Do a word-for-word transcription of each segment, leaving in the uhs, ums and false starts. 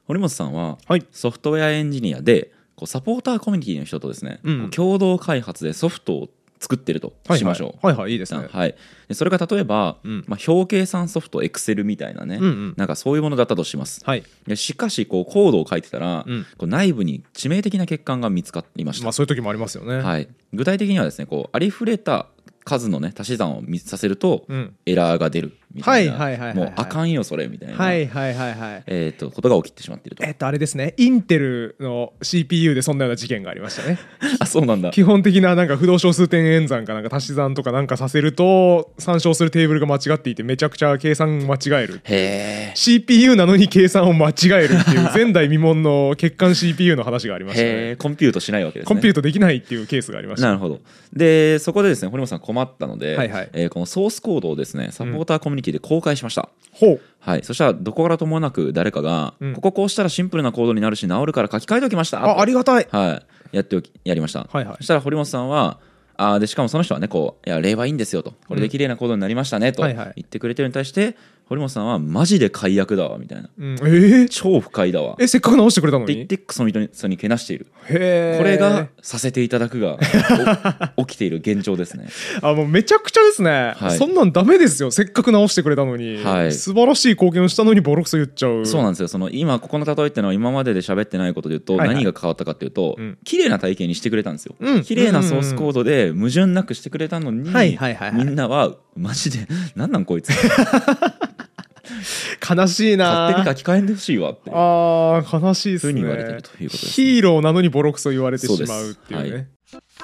堀本さんははい。 ソフトウェアエンジニアでこうサポーターコミュニティの人とですね、 うんこう共同開発でソフトを作ってるとはいはいしましょう。 はいはい、いいですね。 はい、でそれが例えば、 うんまあ、表計算ソフト Excel みたいなね、 うんうん。 なんかそういうものだったとします。 はい。 でしかしこうコードを書いてたら、 うんこう内部に致命的な欠陥が見つかりました。 まあそういう時もありますよね。 はい、具体的にはですね、こうありふれた数のね足し算を見させると、 うん。 エラーが出るみたいな、 はいはいはいはいはいもうあかんよそれみたいな、 はいはいはいはい。 えー、とことが起きてしまっていると。 えっとあれですね、インテルの シーピーユー でそんなような事件がありましたね。 あ、そうなんだ。 基本的ななんか不動小数点演算かなんか足し算とかなんかさせると参照するテーブルが間違っていてめちゃくちゃ計算間違える。 へーシーピーユー なのに計算を間違えるっていう前代未聞の欠陥 シーピーユー の話がありましたへね。 ーコンピュートしないわけですね。 コンピュートできないっていうケースがありました。 なるほど。でそこでですね、堀本さん困ったので、 はいはいえーこのソースコードをですねサポーターコミュニティで公開しました。 ほう。 はい、そしたらどこからともなく誰かが、 うんこここうしたらシンプルなコードになるし治るから書き換えておきましたあ、ありがたい。 はい、やっておきやりました。 はいはいそしたら堀本さんはあーでしかもその人はねこういや例はいいんですよと、これで綺麗なコードになりましたねと言はいはいってくれてるのに対して堀本さんはマジで解約だわみたいな、 うん、えー、 超不快だわっえせっかく直してくれたのに。 て言ってクソみそにけなしている。 へーこれがさせていただくがお起きている現状ですね。 あもうめちゃくちゃですね、 はいそんなんダメですよ。せっかく直してくれたのに、 はい素晴らしい貢献をしたのにボロクソ言っちゃう。 そうなんですよ。その今ここの例えっていうのは今までで喋ってないことで言うとはいはい何が変わったかっていうと、 うん綺麗な体系にしてくれたんですよ。 うん綺麗なソースコードで矛盾なくしてくれたのに、 はいはいはいはいみんなはマジでなんなんこいつ悲しいな。 勝手に書き換えんでほしいわっていうあー悲しいですね。 ふうに言われてるということですね。 ヒーローなのにボロクソ言われてしまうっていうね。 そうです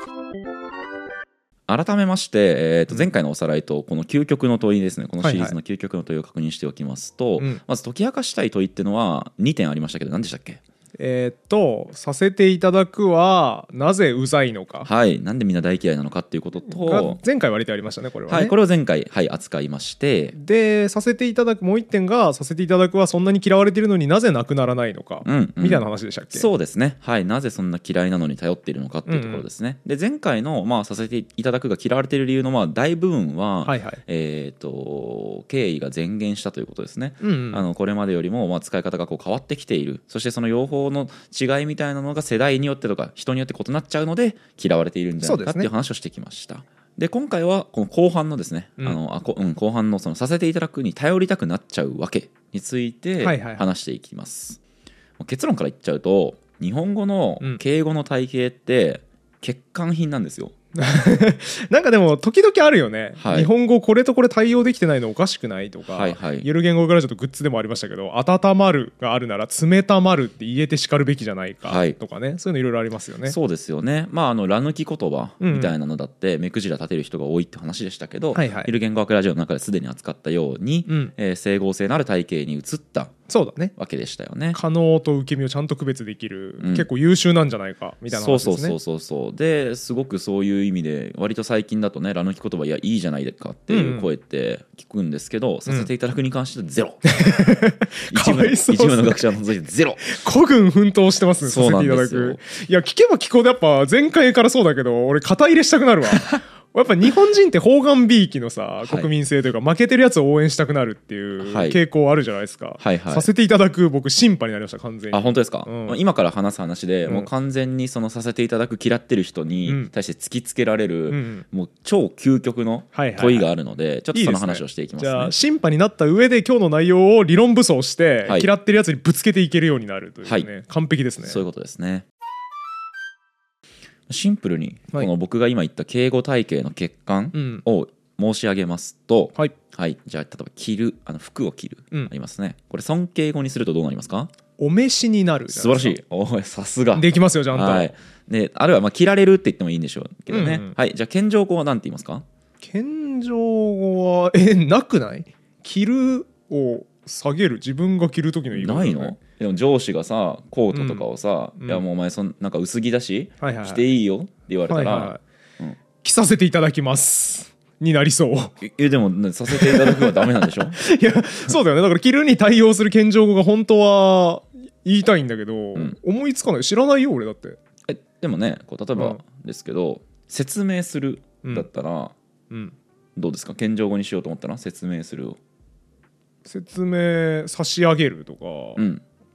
改めまして、えー、と前回のおさらいとこの究極の問いですね、このシリーズの究極の問いを確認しておきますと、 うんまず解き明かしたい問いっていうのはにてんありましたけど何でしたっけ。 えーっとさせていただくはなぜうざいのかはい、なんでみんな大嫌いなのかっていうことがと、 前回割とありましたねこれはね。 はい、これを前回、はい、扱いまして、 でさせていただくもう一点がさせていただくはそんなに嫌われているのになぜなくならないのか、 うんうんみたいな話でしたっけ。 そうですね、はい、なぜそんな嫌いなのに頼っているのかっていうところですね。で前回の、まあ、させていただくが嫌われている理由の、まあ、大部分は、 はいはい。 えー、と経緯が前言したということですね。 うんうんあのこれまでよりも、まあ、使い方がこう変わってきている、そしてその用法の違いみたいなのが世代によってとか人によって異なっちゃうので嫌われているんじゃないかっていう話をしてきました。で今回はこの後半のですね、 うんあのあこ、うん、後半のそのさせていただくに頼りたくなっちゃうわけについてはいはいはい話していきます。もう結論から言っちゃうと日本語のうん敬語の体系って欠陥品なんですよ。 なんかでも時々あるよね、 はい日本語これとこれ対応できてないのおかしくないとか、 はいはいゆる言語からちょっとグッズでもありましたけど温まるがあるなら冷たまるって言えて叱るべきじゃないかはいとかね、そういうのいろいろありますよね。 そうですよね。まああのら抜き言葉みたいなのだって目くじら立てる人が多いって話でしたけど、 はいはいゆる言語学ラジオの中ですでに扱ったように、 うんえー整合性のある体系に移ったそうだね。 わけでしたよね。 可能と受け身をちゃんと区別できる、 うん結構優秀なんじゃないかみたいな話ですね。 そうそうそうそうそうですごくそういう意味で割と最近だとねら抜き言葉いやいいじゃないかっていう声って聞くんですけど、させていただくに関してはゼロ一か部わいそうっすね一部の学者を除いてゼロ孤軍奮闘してますね、さそうせていただなんですよく。いや聞けば聞こうでやっぱ前回からそうだけど俺肩入れしたくなるわやっぱ日本人って方眼びいきのさい国民性というか負けてるやつを応援したくなるっていうはい傾向あるじゃないですか、 はいはいさせていただく僕審判になりました完全に。 あ本当ですか、 うん今から話す話で、 うんもう完全にそのさせていただく嫌ってる人うんに対して突きつけられる、 うんもう超究極のはいはいはい問いがあるので、ちょっとそのいいですね話をしていきますね。 じゃあ審判になった上で今日の内容を理論武装して、 はい嫌ってるやつにぶつけていけるようになるというね、 はい完璧ですね。 そういうことですね。シンプルにこはいの僕が今言った敬語体系の欠陥うんを申し上げますと、 はいはい、じゃあ例えば着るあの服を着る、 うんありますね。これ尊敬語にするとどうなりますか。 お召しになるじゃないですか。 素晴らしい。おいさすができますよちゃんと、 はい、であるいはまあ着られるって言ってもいいんでしょうけどね、 うんうんはい、じゃあ謙譲語は何て言いますか。 謙譲語はえなくない？着るを下げる自分が着る時の言い方ないの？でも上司がさコートとかをさ、 うんいやもうお前そんなんか薄着だし、 はいはいはい着ていいよって言われたら、 はいはいはいうん着させていただきますになりそうええでもねさせていただくのはダメなんでしょいやそうだよね。だから着るに対応する謙譲語が本当は言いたいんだけど、 ん思いつかない。知らないよ俺だって。 えでもねこう例えばうんですけど、説明するだったら、 うんどうですか。謙譲語にしようと思ったら説明するを、 説明差し上げるとか、 うん、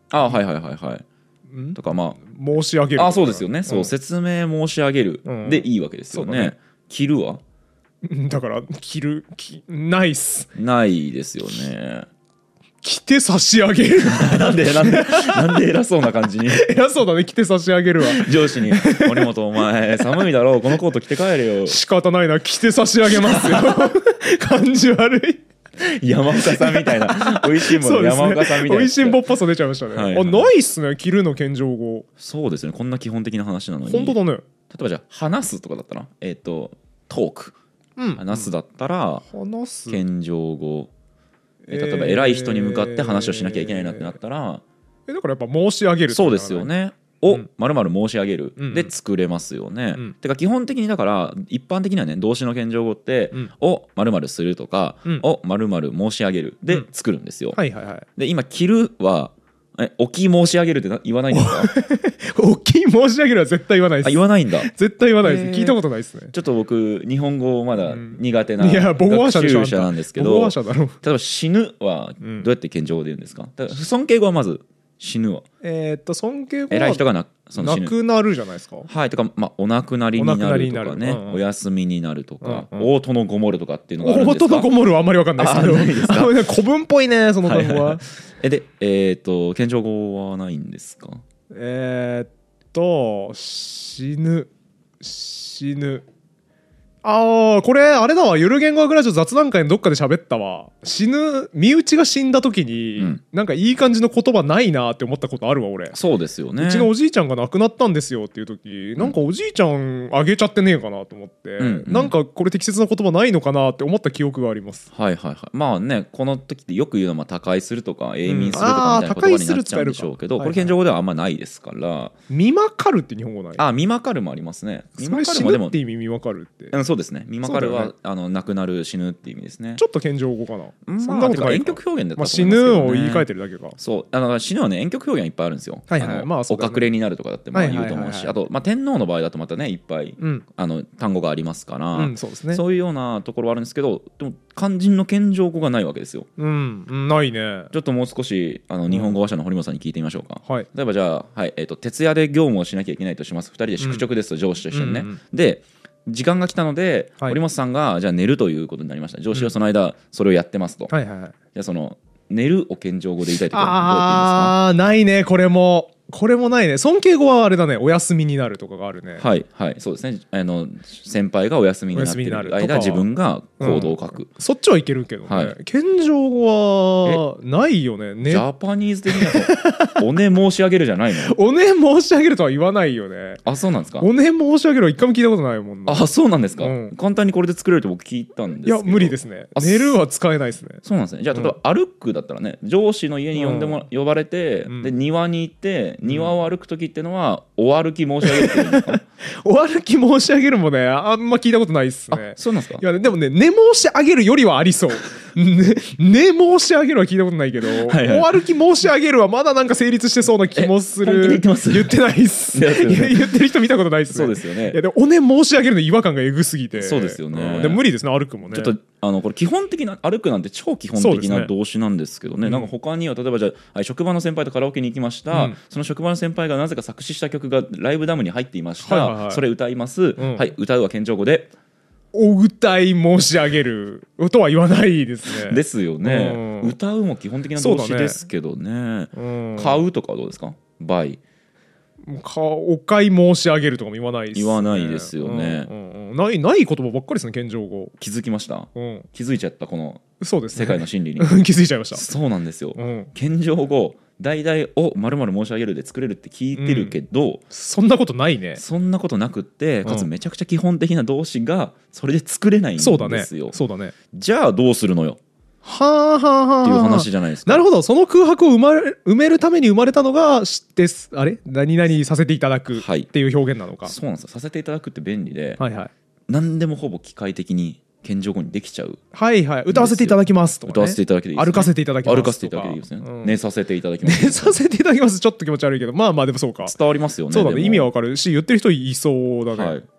あはいはいはいはいんとかま申し上げるああそうですよね、 うんそう説明申し上げるでいいわけですよね、 うんそうだね着るはだから着るきナイスないですよね着て差し上げるなんでなんでなんで偉そうな感じに偉そうだね着て差し上げるわ上司に「森本お前寒いだろうこのコート着て帰れよ」 仕方ないな着て差し上げますよ感じ悪い山岡さんみたいな美味しいもの山岡さんみたいな美味しいぼっぱさ出ちゃいましたね、 はいはいあないっすね着るの謙譲語そうですねこんな基本的な話なのに本当だね例えばじゃあ話すとかだったらえっ、とトークうん話すだったら話す謙譲語ええー例えば偉い人に向かって話をしなきゃいけないなってなったら、 えだからやっぱ申し上げるそうですよねをまるまる申し上げるうんで作れますよね、 うんてか基本的にだから一般的にはね動詞の謙譲語ってうん 「をまるまるする」とかうん 「をまるまる申し上げる」で作るんですよ、 はいはいはいで今「着る」はえ「おき申し上げる」ってな言わないんですか大きい申し上げるは絶対言わないですあ言わないんだ絶対言わないですへー聞いたことないですねちょっと僕日本語まだ苦手なうんいや母語話者でしょ学習者なんですけ母語ど話者だろ例えば死ぬはどうやって謙譲語で言うんですか、だから尊敬語はまず死ぬはえーっと尊敬語は偉い人がなその死ぬなくなるじゃないですかはいとか、まあ、お亡くなりになるとかお亡くなりになねるうんうんお休みになるとか、 うんうん大殿ごもるとかっていうのがあるんですか大人こもるはあんまりわかんないですけどあないですかあね古文っぽいねその単語は、 はいはいえでえっ、と謙譲語はないんですかえーっと死ぬ死ぬあーこれあれだわゆる言語学ラジオ雑談会のどっかで喋ったわ死ぬ身内が死んだ時に、 うんなんかいい感じの言葉ないなって思ったことあるわ俺そうですよねうちのおじいちゃんが亡くなったんですよっていう時、なんかおじいちゃんあげちゃってねえかなと思って、 うんうんなんかこれ適切な言葉ないのかなって思った記憶がありますはいはいはいまあねこの時ってよく言うのはまあ他界するとか永眠するとうんかみたいな言葉にあー他界するなっちゃうんでしょうけど、 使えるかこれ謙譲語ではあんまないですから見まかるって日本語ないあ見まかるもありますね見それ死まかるもでもぬって意味見まかるってうんそうですね見まかるは、 そうだよねあの亡くなる死ぬっていう意味ですねちょっと謙譲語かな、 まあそんなことないてかか婉曲表現だったまあ、死と思いますけど、ねぬを言い換えてるだけかそうだから死ぬはね婉曲表現いっぱいあるんですよ、 はいはいあのまあそうだねお隠れになるとかだってまあはいはい言うと思うし、 はいはいあと、まあ、天皇の場合だとまたねいっぱい、 うんあの単語がありますから、 うんそうですねそういうようなところはあるんですけどでも肝心の謙譲語がないわけですようんうんないねちょっともう少しあの日本語話者の堀本さんに聞いてみましょうか、 はい例えばじゃあ、はいえー、と徹夜で業務をしなきゃいけないとしますふたりで宿直ですと、上司と一緒にね、 うんうんで時間が来たので、 はい堀本さんがじゃあ寝るということになりました上司はその間それをやってますと、 はいはいはいじゃあその寝るを謙譲語で言いたいときはどうやって言いまあーないねこれもこれもないね尊敬語はあれだねお休みになるとかがあるねすかはいはいそうですねあの先輩がお休みになってお休みになるるとかは間自分が行動を書く、 そっちはいけるけどね、 はい謙譲語はないよねねジャパニーズ的なとおね申し上げるじゃないのおね申し上げるとは言わないよねあそうなんですかおね申し上げるは一回も聞いたことないもんなあそうなんですか、 うん簡単にこれで作れると僕聞いたんですけどいや無理ですねあ寝るは使えないですねそうなんですねじゃあ例えば歩くだったらね上司の家に呼んでも、呼ばれて、 うんで庭に行って庭を歩く時っていうのはお歩き申し上げるっていうんですかお歩き申し上げるもねあんま聞いたことないっすあねそうなんですかいやでもね寝申し上げるよりはありそうね寝申し上げるは聞いたことないけど、 はいはいお歩き申し上げるはまだなんか成立してそうな気もすえ本気でる言ってます言ってないっすいですよねや言ってる人見たことないっすねそうですよねいやでもおね申し上げるの違和感がえぐすぎてそうですよねんで無理ですね歩くもねちょっとあのこれ基本的な歩くなんて超基本的そうですねな動詞なんですけどねうんなんか他には例えばじゃあ、はい、職場の先輩とカラオケに行きました、 うんその職場の先輩がなぜか作詞した曲がライブダムに入っていました、 はいはいはいそれ歌います、 んはい歌うは謙譲語でお歌い申し上げるとは言わないですねですよね、 うん歌うも基本的な動詞ですけどねうん買うとかはどうですかバイかお買い申し上げるとかも言わないですね言わないですよねうんうんうんないない言葉ばっかりですね謙譲語気づきましたうん気づいちゃったこのそうですね世界の真理に気づいちゃいましたそうなんですようん謙譲語代々をまるまる申し上げるで作れるって聞いてるけど、 そんなことないねそんなことなくってかつうんめちゃくちゃ基本的な動詞がそれで作れないんですよ、 そうだねそうだねじゃあどうするのよはあはあはあっていう話じゃないですかなるほどその空白を埋まれ埋めるために生まれたのが知ってすあれ何々させていただくはいっていう表現なのか、 そうなんですよさせていただくって便利で、 はい、はい何でもほぼ機械的に謙譲語にできちゃうはいはい歌わせていただきますとか、ね、 歌わせていただけでいいです、ね、 歩かせていただきますとか歩かせていただけでいいですね、 うん寝させていただきます寝させていただきますちょっと気持ち悪いけどまあまあでもそうか伝わりますよねそうだねでも意味はわかるし言ってる人いそうだね、 はい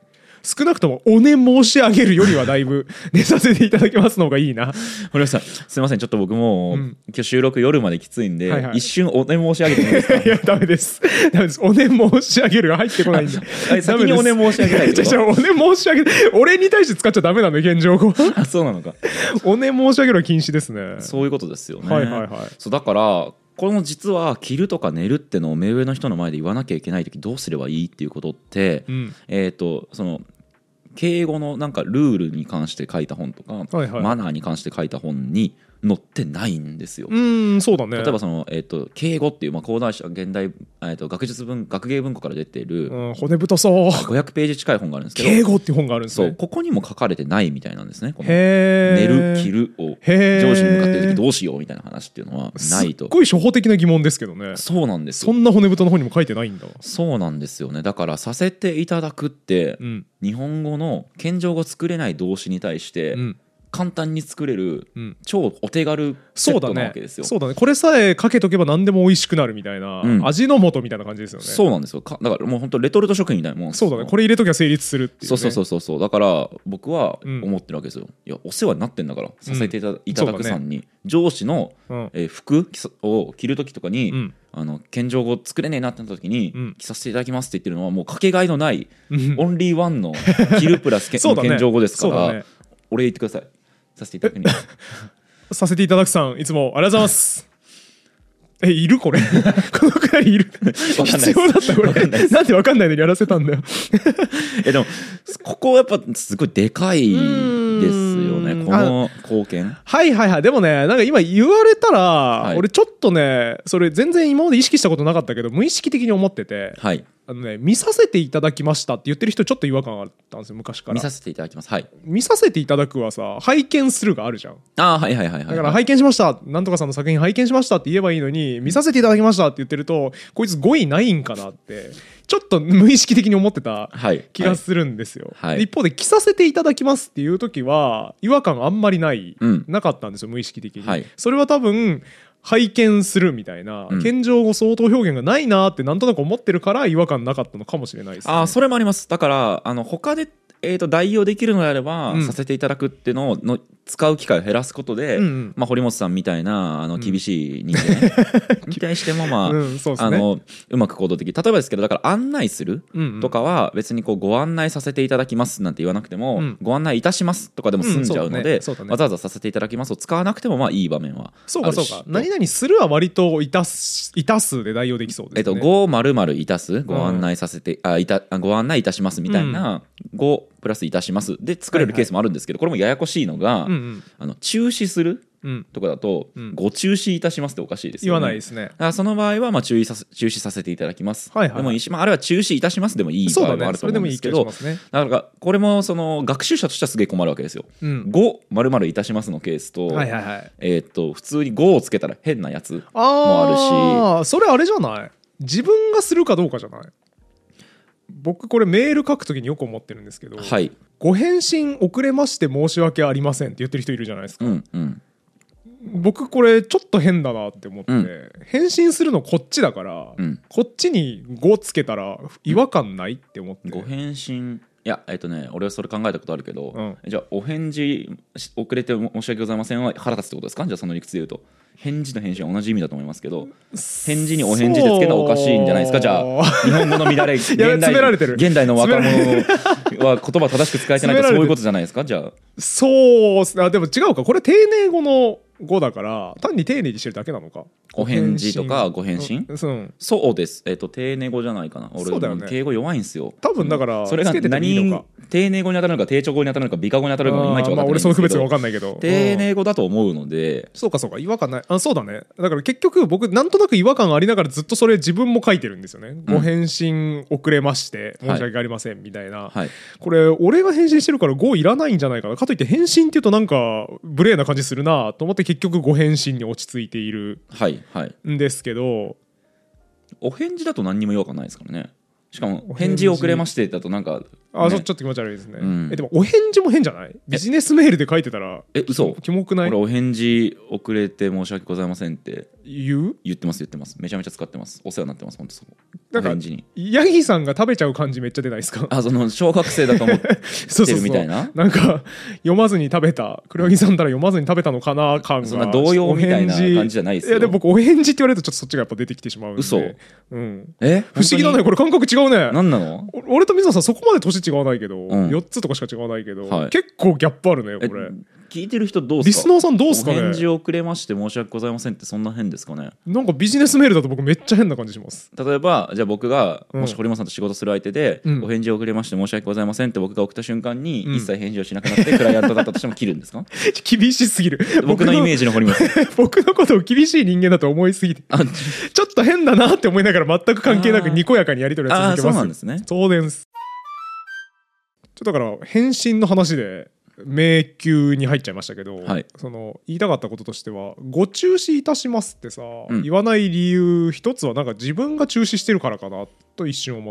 少なくともおね申し上げるよりはだいぶ寝させていただきますの方がいいな。 堀本さんすいません、ちょっと僕も、うん、今日収録夜まできついんで、はいはい、一瞬おね申し上げてもいいですか？ いやダメですダメです。おね申し上げるが入ってこないんで先におね申し上げないとおね申し上げ俺に対して使っちゃダメなんで現状語あそうなのかおね申し上げるは禁止ですね。 そういうことですよね。 はいはいはい。 そうだからこの実は着るとか寝るってのを目上の人の前で言わなきゃいけない時どうすればいいっていうことって、うん、えっとその敬語のなんかルールに関して書いた本とか、はいはい、マナーに関して書いた本に載ってないんですよ。 うんそうだね。 例えばその、えー、と敬語っていう、まあ、講談社現代、えー、と学術文学芸文庫から出ている、 うん、骨太そうごひゃくページ近い本があるんですけど、 敬語っていう本があるんですね。 そうここにも書かれてないみたいなんですね。この寝る着るを上司に向かっている時どうしようみたいな話っていうのはないと。 すっごい初歩的な疑問ですけどね。 そうなんですよ。そんな骨太の本にも書いてないんだ。 そうなんですよね。だからさせていただくって、うん、日本語の謙譲語作れない動詞に対して、うん簡単に作れる、うん、超お手軽セットなわけですよ。 そうだね。そうだね。これさえかけとけば何でも美味しくなるみたいな、うん、味の素みたいな感じですよね。 そうなんですよ。かだからもう本当レトルト食品みたいなもんですよ。 そうだね。これ入れときゃ成立するっていう、ね、 そうそうそうそう。だから僕は思ってるわけですよ、うん、いやお世話になってんだからさせていただ,、うん、いただくさんに、ね、上司の、うんえー、服を着る時とかに、うんあの謙譲語作れねえなってなった時に、うん、着させていただきますって言ってるのはもうかけがえのないオンリーワンの着るプラス謙譲語ですから、ね、お礼言ってください。させていただくにさせていただくさんいつもありがとうございますえいるこれこのくらいいる必要だったこれなんで分かんないのにやらせたんだよえでもここやっぱすごいでかいですよねこの貢献。 はいはいはい。でもねなんか今言われたら、はい、俺ちょっとねそれ全然今まで意識したことなかったけど無意識的に思ってて、はいあのね、見させていただきましたって言ってる人ちょっと違和感あったんですよ昔から。 見させていただきます。はい。 見させていただくはさ拝見するがあるじゃん。 ああはいはいはいはい、はい、 だから拝見しましたなんとかさんの作品拝見しましたって言えばいいのに見させていただきましたって言ってるとこいつ語彙ないんかなってちょっと無意識的に思ってた気がするんですよ、はいはい、一方で着させていただきますっていう時は違和感あんまりない、うん、なかったんですよ無意識的に、はい、それは多分拝見するみたいな謙譲語相当表現がないなってなんとなく思ってるから違和感なかったのかもしれないですね。 あそれもあります。だからあの他で、えー、と代用できるのであれば、うん、させていただくっていうのをの使う機会を減らすことで、うんうんまあ、堀本さんみたいなあの厳しい人間に対しても、まあうんそうですね、あのうまく行動的。例えばですけどだから案内するとかは別にこうご案内させていただきますなんて言わなくても、うん、ご案内いたしますとかでも済んじゃうので、うんそうだねそうだね、わざわざさせていただきますを使わなくてもまあいい場面はあるし。 そうかそうか。何々するは割といたすいたすで代用できそうですね。 えっと、ご〇〇いたすご案内させて、うん、あいたご案内いたしますみたいな、うん、ごプラスいたしますで作れるケースもあるんですけど、はいはい、これもややこしいのが、うんうん、あの中止するとかだと、うん、ご中止いたしますっておかしいですよね。 言わないですね。 だからその場合はまあ注意させ中止させていただきます、はいはい、でもいいし、まあ、あれは中止いたしますでもいい場合もあると思うんですけど、だからこれもその学習者としてはすげえ困るわけですよ、うん、ご〇〇いたしますのケースと、はいはいはいえー、っと普通にごをつけたら変なやつもあるし。 あそれあれじゃない自分がするかどうかじゃない。僕これメール書くときによく思ってるんですけど、はい、ご返信遅れまして申し訳ありませんって言ってる人いるじゃないですか、うんうん、僕これちょっと変だなって思って、うん、返信するのこっちだから、うん、こっちにごつけたら違和感ないって思って、 ご返信いやえっとね俺はそれ考えたことあるけど、うん、じゃあお返事遅れて申し訳ございませんは腹立つってことですか。じゃあその理屈で言うと返事と返信は同じ意味だと思いますけど、返事にお返事でつけるのはおかしいんじゃないですか。じゃあ日本語の乱れ現代, 現代の若者は言葉正しく使えてないとそういうことじゃないですか。じゃあそうあでも違うかこれ丁寧語の語だから単に丁寧にしてるだけなのか。 お返事とかご返信、うん、そうです、えー、と丁寧語じゃないかな。俺そうだよ、ね、敬語弱いんですよ多分。だからそれが何丁寧語に当たるのか丁重語に当たるのか美化語に当たるのかいまいち分かってないんですけど、まあ、俺その区別が分かんないけど丁寧語だと思うので、 そうかそうか違和感ない。あそうだね。だから結局僕なんとなく違和感ありながらずっとそれ自分も書いてるんですよね、うん、ご返信遅れまして申し訳ありませんみたいな、はい、これ俺が返信してるからごいらないんじゃないかな。かといって返信っていうとなんか無礼な感じするなと思って結局ご返信に落ち着いているんですけど、はいはい、 お返事だと何にも違和感ないですからね。しかも返事遅れましてだとなんかあ、 ね、 ちょっと気持ち悪いですね、 うん、 えでもお返事も変じゃない？ビジネスメールで書いてたらえ嘘キモくない？ 俺お返事遅れて申し訳ございませんって言う？ 言ってます言ってます。めちゃめちゃ使ってます。お世話になってます。本当そう。 なんかお返事にヤギさんが食べちゃう感じめっちゃ出ないですか？ あ、その小学生だと思ってるみたいな。 そうそうそう、なんか読まずに食べた、黒柳さんたら読まずに食べたのかな感が、 そんな動揺みたいな感じじゃないですよ。 いやでも僕お返事って言われるとちょっとそっちがやっぱ出てきてしまうんで。 嘘。 うん、 え不思議だね、これ感覚違うね。 何なの？ 俺と水野さんそこまで年違わないけど、うん、よっつとかしか違わないけど、はい、結構ギャップあるねこれ。 聞いてる人どうすか？ リスナーさんどうすかね？ お返事遅れまして申し訳ございませんってそんな変ですかね？ なんかビジネスメールだと僕めっちゃ変な感じします。 例えばじゃあ僕がもし堀本さんと仕事する相手で、うん、お返事遅れまして申し訳ございませんって僕が送った瞬間に、うん、一切返事をしなくなってクライアントだったとしても切るんですか？ 厳しすぎる。 僕のイメージの堀本さん僕のことを厳しい人間だと思いすぎてちょっと変だなって思いながら全く関係なくにこやかにやり取りを続けます。 ああそうなんですね。 そうです。ちょっとだから返信の話で迷宮に入っちゃいましたけど、はい、その言いたかったこととしてはご中止いたしますってさ、うん、言わない理由一つはなんか自分が中止してるからかなと一瞬思って、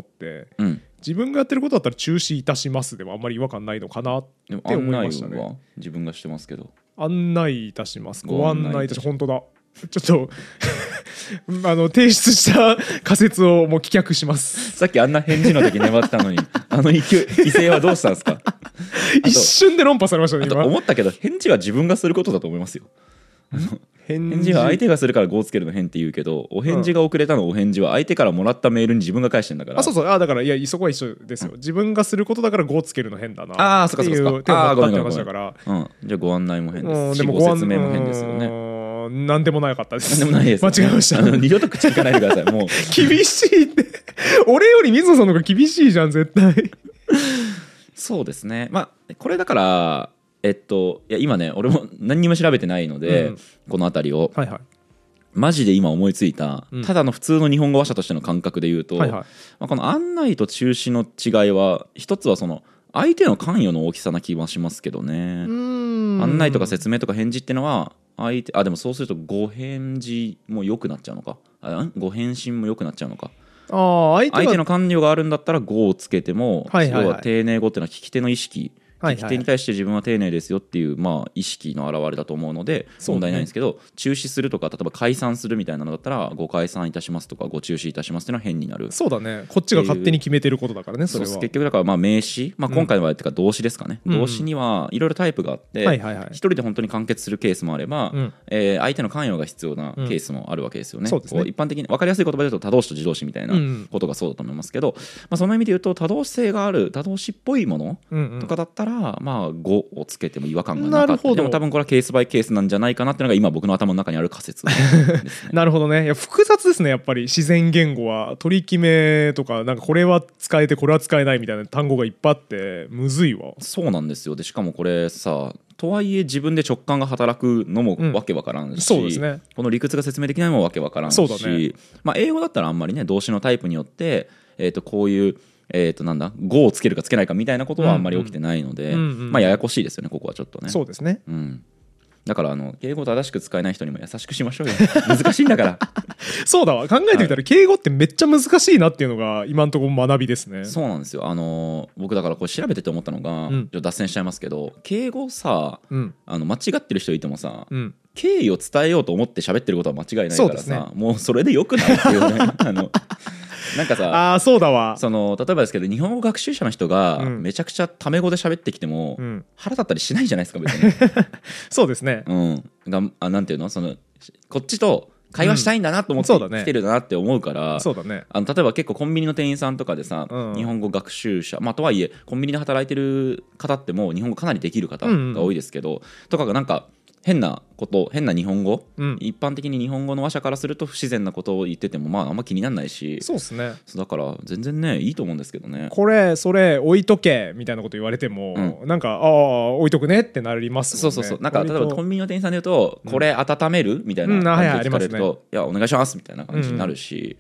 うん、自分がやってることだったら中止いたしますでもあんまり違和感ないのかなって思いましたね。 案内は自分がしてますけど、 案内いたします、ご案内いたします。本当だ、ちょっとあの提出した仮説をもう棄却します。 さっきあんな返事の時粘ったのにあの威勢はどうしたんですか？ 一瞬で論破されましたね。 今思ったけど返事は自分がすることだと思いますよ。返事は相手がするからゴーつけるの変って言うけど、お返事が遅れたのお返事は相手からもらったメールに自分が返してんだから。 あ、そうそう、あだからいやそこは一緒ですよ、うん、自分がすることだからゴーつけるの変だなああそっかそっかそっか、あごめんごめんごめん、うん、 じゃあご案内も変です、うん、でもご説明も変ですよね。 なんでもなかったです。 なんでもないです、ね、 間違えました。あの二度と口聞かないでください。もう厳しいって俺より水野さんの方が厳しいじゃん絶対そうですね。まあこれだからえっといや今ね俺も何にも調べてないので、うん、この辺りを、はいはい、マジで今思いついた、うん、ただの普通の日本語話者としての感覚で言うと、はいはい、まあ、この案内と中止の違いは一つはその相手の関与の大きさな気はしますけどね。案内とか説明とか返事っていうのは相手あでもそうするとご返事も良くなっちゃうのか、あご返信も良くなっちゃうのか。あ 相, 手相手の関与があるんだったら語をつけても、はいはいはい、要は丁寧語っていうのは聞き手の意識、聞き手に対して自分は丁寧ですよっていう、まあ、意識の表れだと思うので問題ないんですけど、中止するとか例えば解散するみたいなのだったらご解散いたしますとかご中止いたしますっていうのは変になる。 そうだね、こっちが勝手に決めてることだからね。それはそう結局だからまあ名詞、まあ、今回の場合っていうか動詞ですかね、うん、動詞にはいろいろタイプがあって、うん、一人で本当に完結するケースもあれば、うん、えー、相手の関与が必要なケースもあるわけですよね、うん、そうですね。こう一般的に分かりやすい言葉で言うと他動詞と自動詞みたいなことがそうだと思いますけど、まあ、その意味で言うと多動詞性がある多動詞っぽいものとかだったら、うんうん、まあ語をつけても違和感がなかった。でも多分これはケースバイケースなんじゃないかなっていうのが今僕の頭の中にある仮説ですね。 なるほどね。いや複雑ですねやっぱり自然言語は。取り決めとかなんかこれは使えてこれは使えないみたいな単語がいっぱいあってむずいわ。 そうなんですよ。でしかもこれさとはいえ自分で直感が働くのもわけわからんし、うん、そうですね、この理屈が説明できないのもわけわからんし、そうだね、まあ、英語だったらあんまりね動詞のタイプによって、えー、とこういうえー、となんだ語をつけるかつけないかみたいなことはあんまり起きてないので、うんうん、まあややこしいですよねここはちょっとね。 そうですね、 うん、だからあの敬語正しく使えない人にも優しくしましょうよ難しいんだからそうだわ、考えてみたら敬語ってめっちゃ難しいなっていうのが今のところ学びですね。 そうなんですよ。あの僕だからこれ調べてて思ったのが、うん、ちょっと脱線しちゃいますけど敬語さ、うん、あの間違ってる人いてもさ、うん、敬意を伝えようと思って喋ってることは間違いないからさ、ね、もうそれでよくないっていうねあのなんかさあそうだわ、 その例えばですけど日本語学習者の人がめちゃくちゃタメ語で喋ってきても、うん、腹立ったりしないじゃないですか別にそうですね、 うん、があなんていうのそのこっちと会話したいんだなと思って来てるだなって思うから、 そうだね、 あの例えば結構コンビニの店員さんとかでさ、うん、日本語学習者、まあ、とはいえコンビニで働いてる方ってもう日本語かなりできる方が多いですけど、うんうん、とかがなんか変なこと変な日本語、うん、一般的に日本語の話者からすると不自然なことを言っててもまああんま気にならないし、 そうですね、 だから全然ねいいと思うんですけどね。 これそれ置いとけみたいなこと言われても、うん、なんかああ置いとくねってなりますもんね。 そうそうそう、なんか例えばコンビニの店員さんで言うと、うん、これ温めるみたいな感じで聞かれると、うん、はいはい、ありますね、いやお願いしますみたいな感じになるし、うんうん、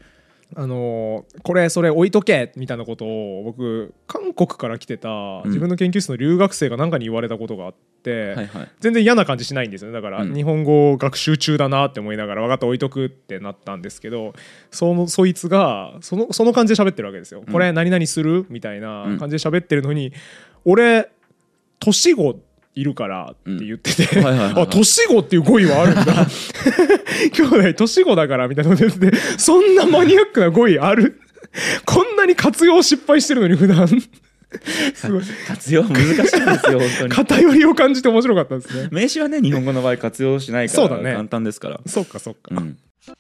あのーこれそれ置いとけみたいなことを僕韓国から来てた自分の研究室の留学生が何かに言われたことがあって、 はいはい、 全然嫌な感じしないんですよね。だからうん日本語学習中だなって思いながら分かった置いとくってなったんですけど、そのそいつがそのその感じで喋ってるわけですよ、 うん、 これ何々するみたいな感じで喋ってるのに、俺年子いるからって言ってて、あ、年子っていう語彙はあるんだ兄弟年子だからみたいなこと言ってて、そんなマニアックな語彙あるこんなに活用失敗してるのに普段すごい活用難しいんですよ本当に。 偏りを感じて面白かったですね。 名詞はね日本語の場合活用しないから簡単ですから。 そうかそうか、うん、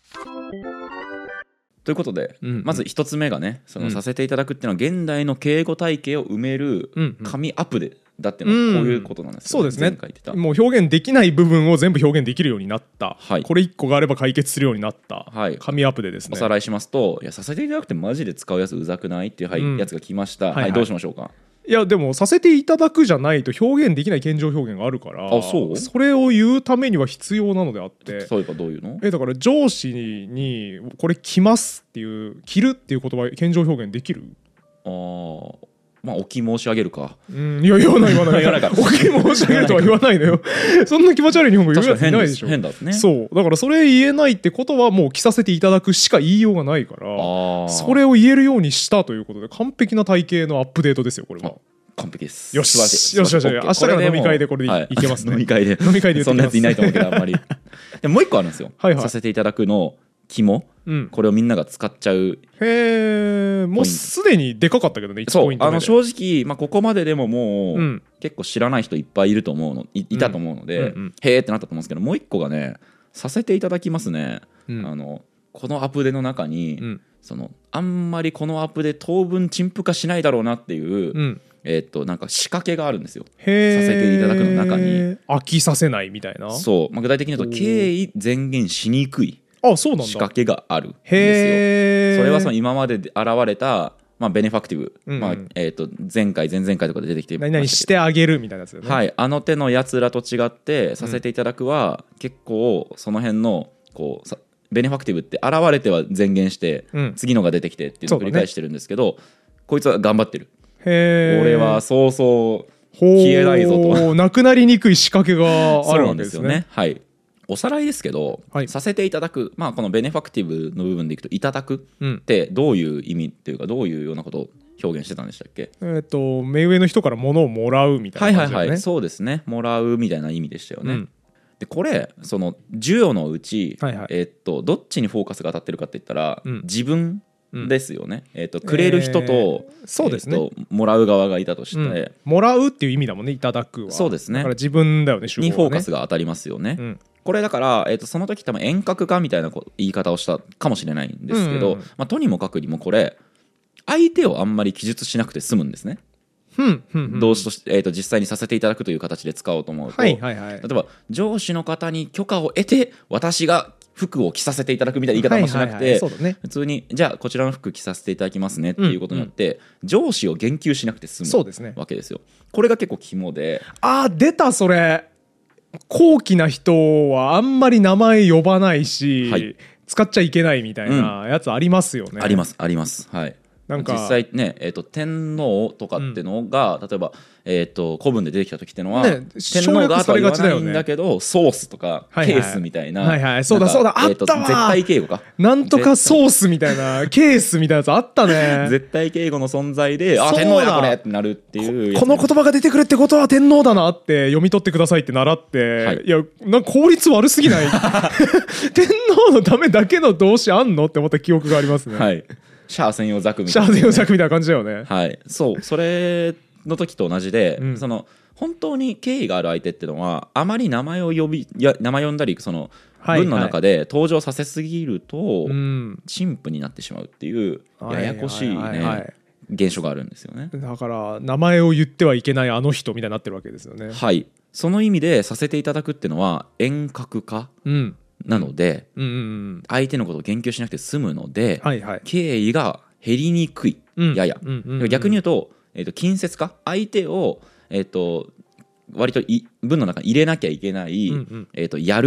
ということで、うんうん、まず一つ目がねそのさせていただくっていうのは現代の敬語体系を埋める紙アップでだっていうのはこういうことなんですよ、ね、うん、 そうですね。もう表現できない部分を全部表現できるようになった、はい、これいっこがあれば解決するようになった、はい、紙アップでですね。 おさらいしますと、いやさせていただくってマジで使うやつうざくないっていう、はいうん、やつが来ました、はいはいはい、どうしましょうか。 いやでもさせていただくじゃないと表現できない謙譲表現があるから、 あ、そう？ それを言うためには必要なのであって、 例えばどういうの？ えだから上司にこれ着ますっていう着るっていう言葉謙譲表現できる？ ああまあ、おき申し上げるか。 うん、いや言わない言わない言わないおき申し上げるとは言わないのよそんな気持ち悪い日本語言うやついないでしょ。 変だね。 そうだからそれ言えないってことはもう着させていただくしか言いようがないから、それを言えるようにしたということで完璧な体系のアップデートですよこれは。 完璧です。 よしよしよしよし、明日から飲み会でこれでいけますね。 飲み会で飲み会でそんなやついないと思うけどあんまりでももう一個あるんですよはい、はい、させていただくの肝、うん、これをみんなが使っちゃう。 へえ、もうすでにでかかったけどね。いちポイント目で。 そうあの正直、まあ、ここまででももう、うん、結構知らない人いっぱいいると思うの い, いたと思うので、うんうんうん、へーってなったと思うんですけど、もう一個がねさせていただきますね、うん、あのこのアプデの中に、うん、そのあんまりこのアプデ当分陳腐化しないだろうなっていう、うんえー、っとなんか仕掛けがあるんですよ。させていただくの中に飽きさせないみたいな。 そう、まあ、具体的に言うと敬意前言しにくいあそうなんだ仕掛けがあるんですよ。それはその今まで現れた、まあ、ベネファクティブ、うんうんまあえー、と前回前々回とかで出てきて何々してあげるみたいなやつよね。 はい、あの手のやつらと違ってさせていただくは、うん、結構その辺のこうさベネファクティブって現れては前言して、うん、次のが出てきてっていうのを繰り返してるんですけど、ね、こいつは頑張ってる。へ俺はそうそう消えないぞとなくなりにくい仕掛けがあるわけですね。そうなんですよね。 はい、おさらいですけど、はい、させていただく、まあ、このベネファクティブの部分でいくといただくってどういう意味っていうかどういうようなことを表現してたんでしたっけ。 えー、と目上の人から物をもらうみたいな感じだよね。はいはいはい、 そうですね、もらうみたいな意味でしたよね。うん、でこれその授与のうち、はいはいえー、とどっちにフォーカスが当たってるかって言ったら、うん、自分ですよね、うんえー、とくれる人と、えーそうですねえー、ともらう側がいたとして、うん、 もらうっていう意味だもんね。いただくはそうですね。 だから自分だよね、主語はね、 にフォーカスが当たりますよね。うんこれだから、えー、とその時多分遠隔化みたいな言い方をしたかもしれないんですけど、うんうんまあ、とにもかくにもこれ相手をあんまり記述しなくて済むんですね。 うんうんうん、 動詞として、えー、と実際にさせていただくという形で使おうと思うと、はいはいはい、例えば上司の方に許可を得て私が服を着させていただくみたいな言い方もしなくて、普通にじゃあこちらの服着させていただきますねっていうことによって、うんうん、上司を言及しなくて済むわけですよ。これが結構肝で、 あー出たそれ。高貴な人はあんまり名前呼ばないし、はい、使っちゃいけないみたいなやつありますよね。 うん、ありますあります。はい。なんか実際ね、えー、と天皇とかってのが、うん、例えば、えー、と古文で出てきた時ってのは、ね、天皇がとは言わないんだけど、ソースとかケースみたいな、 はいはい、そうだそうだ、あったわ、 絶対敬語かなんとかソースみたいなケースみたいなやつあったね絶対敬語の存在で、あ天皇やこれってなるっていうこ、この言葉が出てくるってことは天皇だなって読み取ってくださいって習って、はい、いやなんか効率悪すぎない天皇のためだけの動詞あんのって思った記憶がありますね。 はい、シャア専用ザクみたいな、 ね、シャア専用ザクみたいな感じだよね。 はい、そうそれの時と同じで、うん、その本当に敬意がある相手っていうのはあまり名前を呼びや名前呼んだりその文の中で登場させすぎると陳腐になってしまうっていうややこしいね現象があるんですよね。 だから名前を言ってはいけないあの人みたいになってるわけですよね。 はい、その意味でさせていただくっていうのは遠隔化、うんなので、うんうんうん、相手のことを言及しなくて済むので、はいはい、敬意が減りにくい、うん、やや、うんうんうん、逆に言うと、えー、と近接化、相手を、えー、と割とい文の中に入れなきゃいけない、うんうんえー、とやる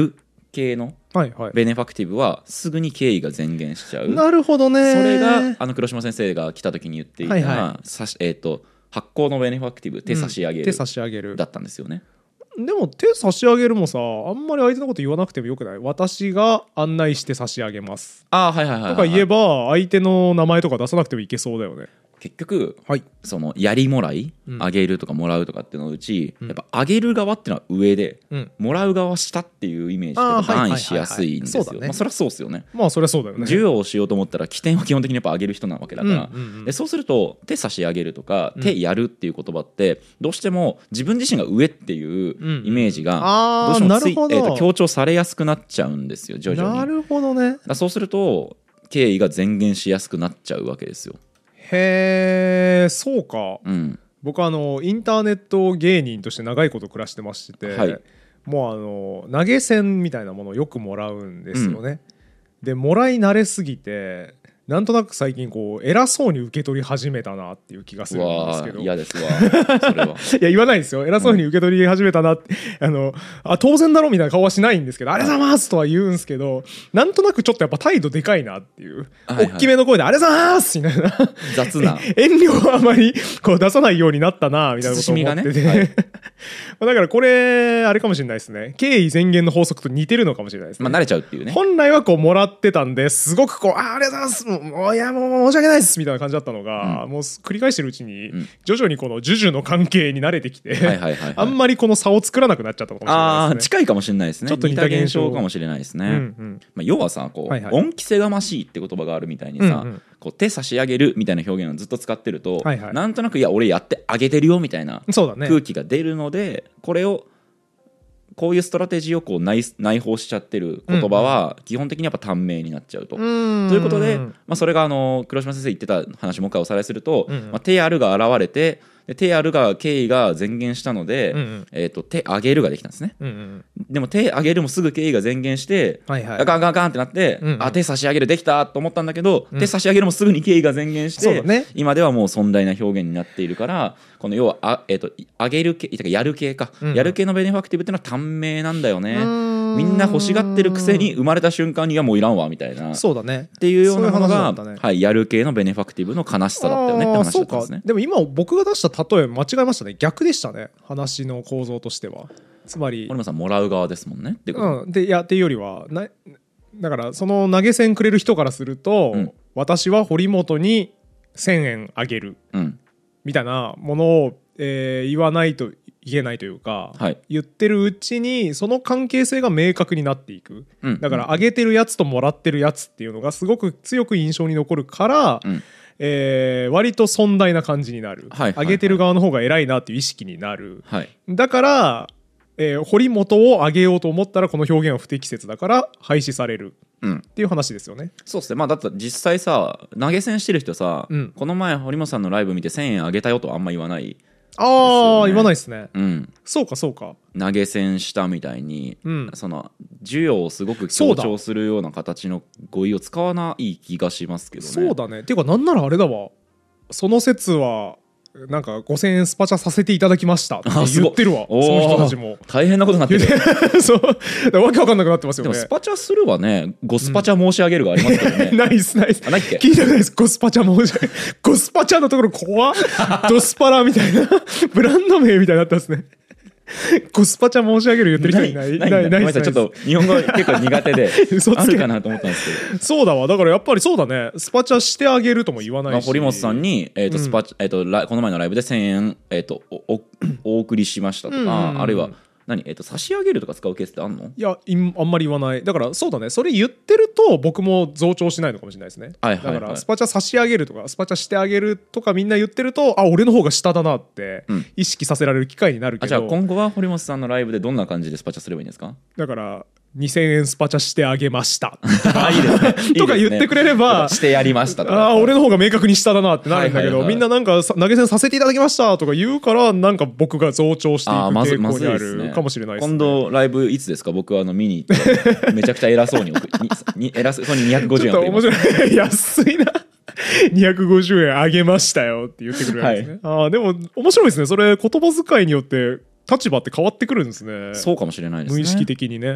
系のはいはい、 ベネファクティブはすぐに敬意が前言しちゃう。 なるほどね。 それがあの黒島先生が来た時に言っていた、 はいはいさしえー、と発行のベネファクティブ手差し上げる、 うん、手差し上げるだったんですよね。 でも手差し上げるもさ、あんまり相手のこと言わなくてもよくない？私が案内して差し上げますあ、はいはいはいはい、 とか言えば相手の名前とか出さなくてもいけそうだよね。 結局、 はい、 そのやりもらい、 うん、 あげるとかもらうとかっていうのうち、 うん、 やっぱあげる側っていうのは上で、 うん、 もらう側は下っていうイメージってやっぱ範囲しやすいんですよ。まあそりゃそうですよね。 まあそりゃそうだよね。 授与をしようと思ったら起点は基本的にやっぱあげる人なわけだから、 うんうんうん、 でそうすると手差し上げるとか手やるっていう言葉ってどうしても自分自身が上っていうイメージがどうしてもつい、えー、と強調されやすくなっちゃうんですよ、徐々に。 なるほどね。 だそうすると敬意が前言しやすくなっちゃうわけですよ。 へえ、そうか、 うん、 僕はあのインターネット芸人として長いこと暮らしてまして、 はい、 もうあの投げ銭みたいなものをよくもらうんですよね、うん、でもらい慣れすぎてなんとなく最近こう偉そうに受け取り始めたなっていう気がするんですけど。 嫌ですわそれは。 いや言わないですよ、偉そうに受け取り始めたなって、うん、あのあ当然だろみたいな顔はしないんですけど、ありがとうございますとは言うんですけど、なんとなくちょっとやっぱ態度でかいなっていう、はいはい、大きめの声でありがとうございますみたいな雑な遠慮はあまりこう出さないようになったなみたいなことを思ってて、ね、はい、だからこれあれかもしれないですね、敬意前言の法則と似てるのかもしれないですね。 まあ慣れちゃうっていうね。 本来はこうもらってたんですごくこう あ, ありがとうございますもういやもう申し訳ないですみたいな感じだったのが、うん、もう繰り返してるうちに徐々にこの授受の関係に慣れてきて、はいはいはいはい、あんまりこの差を作らなくなっちゃったのかもしれないですね。 あ近いかもしれないですね。 ちょっと似た現象かもしれないですね、うんうん、まあ、要はさこう、はいはい、恩着せがましいって言葉があるみたいにさ、うんうん、こう手差し上げるみたいな表現をずっと使ってると、はいはい、なんとなくいや俺やってあげてるよみたいな空気が出るので、ね、これをこういうストラテジーをこう 内, 内包しちゃってる言葉は基本的にやっぱ短命になっちゃうと、うん、ということで、まあ、それがあの黒島先生言ってた話もう一回おさらいすると、うんうん、まあ、手あるが現れてで手あるが敬意が前言したので、うんうん、えー、と手あげるができたんですね、うんうん、でも手あげるもすぐ敬意が前言して、はいはい、ガンガンガンってなって、うんうん、あ手差し上げるできたと思ったんだけど、うん、手差し上げるもすぐに敬意が前言して、ね、今ではもう尊大な表現になっているから、この要はあ、えー、とあげる系やる系か、うんうん、やる系のベネファクティブっていうのは短命なんだよね。みんな欲しがってるくせに生まれた瞬間にはもういらんわみたいな、 そうだねっていうようなものが、ね、はい、やる系のベネファクティブの悲しさだったよねって話だったんですね。 でも今僕が出した例え間違えましたね。逆でしたね、話の構造としては。つまり森本さんもらう側ですもんねっていうこと、 うん、でいやっていうよりはなだからその投げ銭くれる人からすると、うん、私は堀本にせんえんあげる、うん、みたいなものを、えー、言わないといけないというか、はい、言ってるうちにその関係性が明確になっていく、うん、だからあげてるやつともらってるやつっていうのがすごく強く印象に残るから、うん、えー、割と尊大な感じになる、はいはいはい、あげてる側の方が偉いなっていう意識になる、はい、だから、えー、堀本をあげようと思ったらこの表現は不適切だから廃止されるっていう話ですよね、うん、 そうですね。まあだって実際さ投げ銭してる人さ、うん、この前堀本さんのライブ見てせんえんあげたよとはあんま言わない、 ああ、言わないですね、 うん、 そうかそうか、 投げ銭したみたいに、うん、その授与をすごく強調するような形の語彙を使わない気がしますけどね。 そうだね。っていうかなんならあれだわ、その説はなんかごせんえんスパチャさせていただきましたって言ってるわ、その人たちも大変なことになってるそうわけわかんなくなってますよね。 でもスパチャするはね、ごスパチャ申し上げるがありますけどね、 うん、ナイスナイス、 あないっけ、 聞いたことないです。ごスパチャ申し上げるごスパチャのところ怖っドスパラみたいなブランド名みたいになったんですねごスパチャ申し上げる言ってる人いないないないないない。ちょっと日本語結構苦手であるかなと思ったんですけどそうだわ。だからやっぱりそうだね、スパチャしてあげるとも言わないし、まあ、 堀本さんに、えーとスパチャえー、とこの前のライブでせんえん、えー、と お, お, お送りしましたとか、うんうんうん、あるいは何、えー、と差し上げるとか使うケースってあんの？ いやあんまり言わない。だからそうだね、それ言ってると僕も増長しないのかもしれないですね、はいはいはい、だからスパチャ差し上げるとかスパチャしてあげるとかみんな言ってると、あ俺の方が下だなって意識させられる機会になるけど、 うん、あじゃあ今後は堀本さんのライブでどんな感じでスパチャすればいいんですか？ だからにせんえんスパチャしてあげましたあいいですねとか言ってくれればしてやりましたとか、 あ俺の方が明確に下だなってなるんだけど、はいはいはい、みんななんか投げ銭させていただきましたとか言うから、なんか僕が増長していく傾向にあるかもしれないですね。 今度ライブいつですか？僕はあの見に行ってめちゃくちゃ偉そうに送にに偉そうににひゃくごじゅうえん送ります。ちょっと面白い安いなにひゃくごじゅうえんあげましたよって言ってくるわけですね、はい、あでも面白いですね。それ言葉遣いによって立場って変わってくるんですね。 そうかもしれないですね。 無意識的にね。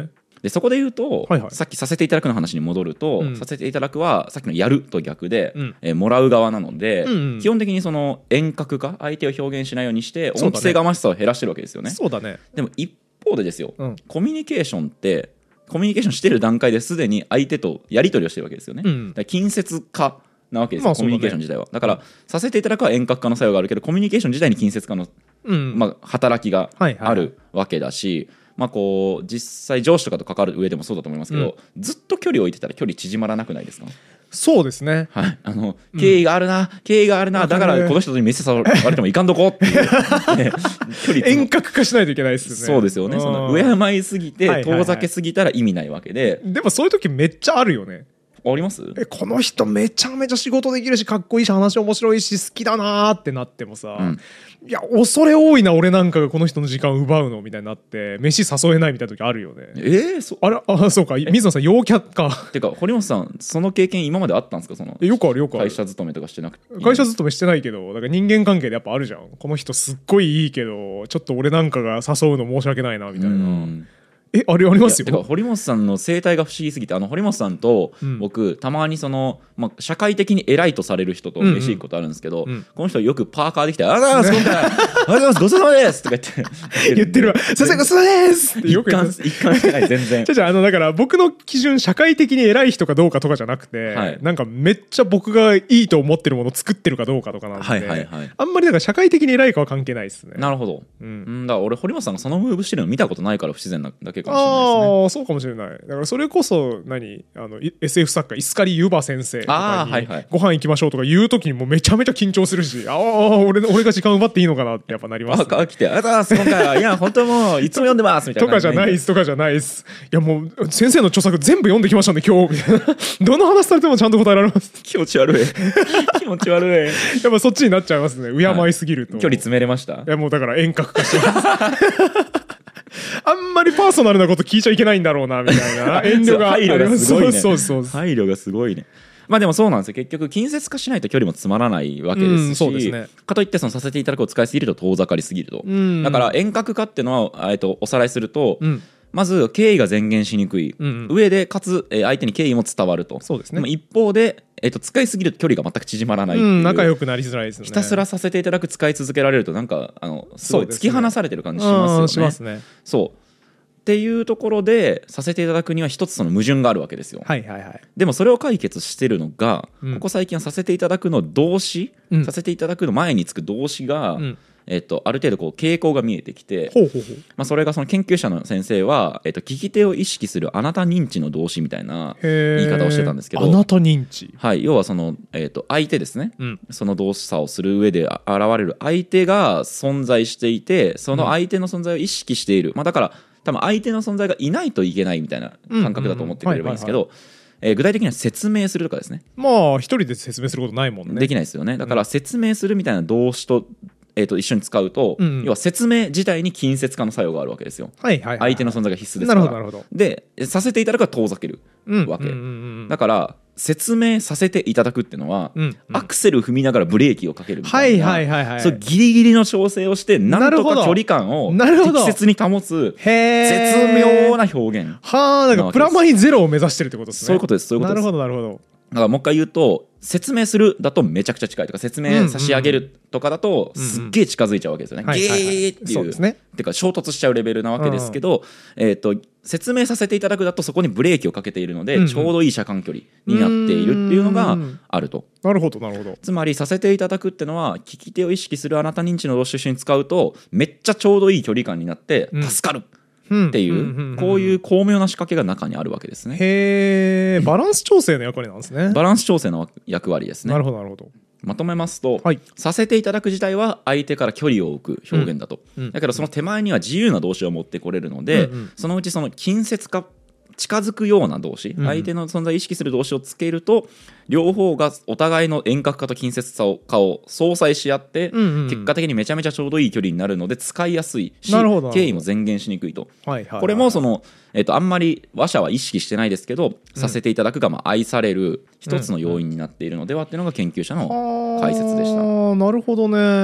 でそこで言うと、 はいはい、 さっきさせていただくの話に戻ると、うん、させていただくはさっきのやると逆で、うん、えー、もらう側なので、うんうん、基本的にその遠隔化、相手を表現しないようにして音声がましさを減らしてるわけですよね。 そうだね。 でも一方でですよ、うん、コミュニケーションってコミュニケーションしてる段階ですでに相手とやり取りをしてるわけですよね、うん、だから近接化なわけですよ、まあ、コミュニケーション自体は。だから、うん、させていただくは遠隔化の作用があるけどコミュニケーション自体に近接化の、うんまあ、働きがあるわけだし、はいはい、まあ、こう実際上司とかと関わる上でもそうだと思いますけど、うん、ずっと距離を置いてたら距離縮まらなくないですか？ そうですね、 はい、あの敬意があるな、うん、敬意があるな、だからこの人に飯誘われてもいかんどこっていう、ね、距離遠隔化しないといけないですよね。 そうですよね。その敬いすぎて遠ざけすぎたら意味ないわけで、はいはいはい、 でもそういう時めっちゃあるよね。 あります？ えこの人めちゃめちゃ仕事できるしかっこいいし話面白いし好きだなーってなってもさ、うん、いや恐れ多いな俺なんかがこの人の時間を奪うのみたいになって飯誘えないみたいな時あるよね。 えー、そあれあそうか水野さん陽キャか。 てか堀本さんその経験今まであったんですか？そのよくあるよくある。 会社勤めとかしてなくて。 会社勤めしてないけどだから人間関係でやっぱあるじゃん。この人すっごいいいけどちょっと俺なんかが誘うの申し訳ないなみたいな。うんえあれありますよ。 てか堀本さんの生態が不思議すぎて、あの堀本さんと僕、うん、たまにその、まあ、社会的に偉いとされる人と飯行くことあるんですけど、うんうん、この人よくパーカーできて「ありがとうございます、今回ありがとうございますごちそうさまです」とか言って言ってるわ「先生ごちそうさまです」ってよく言って一貫してない全然。 じゃあのだから僕の基準社会的に偉い人かどうかとかじゃなくて、はい、なんかめっちゃ僕がいいと思ってるものを作ってるかどうかとかなんで、はいはいはい、あんまりだから社会的に偉いかは関係ないですね。 なるほど、うん、だから俺堀本さんがそのムーブしてるの見たことないから不自然なだけかもしれないですね。 そうかもしれない。だからそれこそ何あの エスエフ 作家イスカリユバ先生とかにご飯行きましょうとか言う時にもうめちゃめちゃ緊張するし、ああ 俺, 俺が時間奪っていいのかなってやっぱなります、ね。 あ来てあざー今回はいや本当もういつも読んでますみたいな、 ね、とかじゃないっすとかじゃないっす。いやもう先生の著作全部読んできましたんで今日みたいなどの話されてもちゃんと答えられます。 気持ち悪い気持ち悪い。 やっぱそっちになっちゃいますね。敬いすぎると、 はい、距離詰めれました。 いやもうだから遠隔化してますあんまりパーソナルなこと聞いちゃいけないんだろうなみたいな遠慮が配慮がすごいね。 そうそうそう配慮がすごいね。まあでもそうなんですよ。結局近接化しないと距離も詰まらないわけですし、うんそうですね、かといってそのさせていただくを使いすぎると遠ざかりすぎると、うん、だから遠隔化っていうのは、えっと、おさらいすると、うん、まず敬意が前言しにくい、うんうん、上でかつ、えー、相手に敬意も伝わると。 そうですね。 でも一方で、えー、と使いすぎると距離が全く縮まらないっていう、うん、 仲良くなりづらいですね。 ひたすらさせていただく使い続けられるとなんかあのすごい突き放されてる感じしますよね。 しますね。 そうっていうところでさせていただくには一つその矛盾があるわけですよ、 はいはいはい、 でもそれを解決してるのが、うん、ここ最近はさせていただくの動詞、うん、させていただくの前につく動詞が、うんえっと、ある程度こう傾向が見えてきて、 ほうほうほう、 まあ、それがその研究者の先生は、えっと、聞き手を意識するあなた認知の動詞みたいな言い方をしてたんですけど、 あなた認知、 はい、要はその、えっと、相手ですね、うん、その動作をする上で現れる相手が存在していてその相手の存在を意識している、まあ、だから多分相手の存在がいないといけないみたいな感覚だと思ってくれればいいんですけど、えー、具体的には説明するとかですね。 まあ一人で説明することないもんね。 できないですよね。だから説明するみたいな動詞と、えー、と一緒に使うと、うんうん、要は説明自体に近接化の作用があるわけですよ、はいはいはいはい、相手の存在が必須ですから。 なるほどなるほど。 でさせていただくは遠ざけるわけ、うんうんうんうん、だから説明させていただくっていうのは、うんうん、アクセル踏みながらブレーキをかけるみたいな、はいはいはいはい、そうギリギリの調整をしてなんとか距離感を適切に保つ絶妙な表現。 はあ、だからプラマイゼロを目指してるってことですね。 そういうことです。そういうことです。 なるほどなるほど。 だからもう一回言うと説明するだとめちゃくちゃ近いとか説明差し上げるとかだとすっげえ近づいちゃうわけですよね、うんうん、ゲーっていう、はいはいはい、ね、てか衝突しちゃうレベルなわけですけど、うん、えー、と説明させていただくだとそこにブレーキをかけているので、うんうん、ちょうどいい車間距離になっているっていうのがあると。 なるほどなるほど。 つまりさせていただくっていうのは聞き手を意識するあなた認知の動詞と一緒に使うとめっちゃちょうどいい距離感になって助かる、うん、っていうこういう巧妙な仕掛けが中にあるわけですね。 へー、バランス調整の役割なんですね。 バランス調整の役割ですね。 なるほどなるほど。 まとめますと、はい、させていただく自体は相手から距離を置く表現だと、うん、だからその手前には自由な動詞を持ってこれるので、うんうん、そのうちその近接化近づくような動詞、うん、相手の存在を意識する動詞をつけると両方がお互いの遠隔化と近接化を相殺し合って、うんうん、結果的にめちゃめちゃちょうどいい距離になるので使いやすいし敬意も前言しにくいと、はいはいはいはい、これもその、えーと、あんまり話者は意識してないですけど、うん、させていただくがまあ愛される一つの要因になっているのではっていうのが研究者の解説でした。 あ、なるほどね。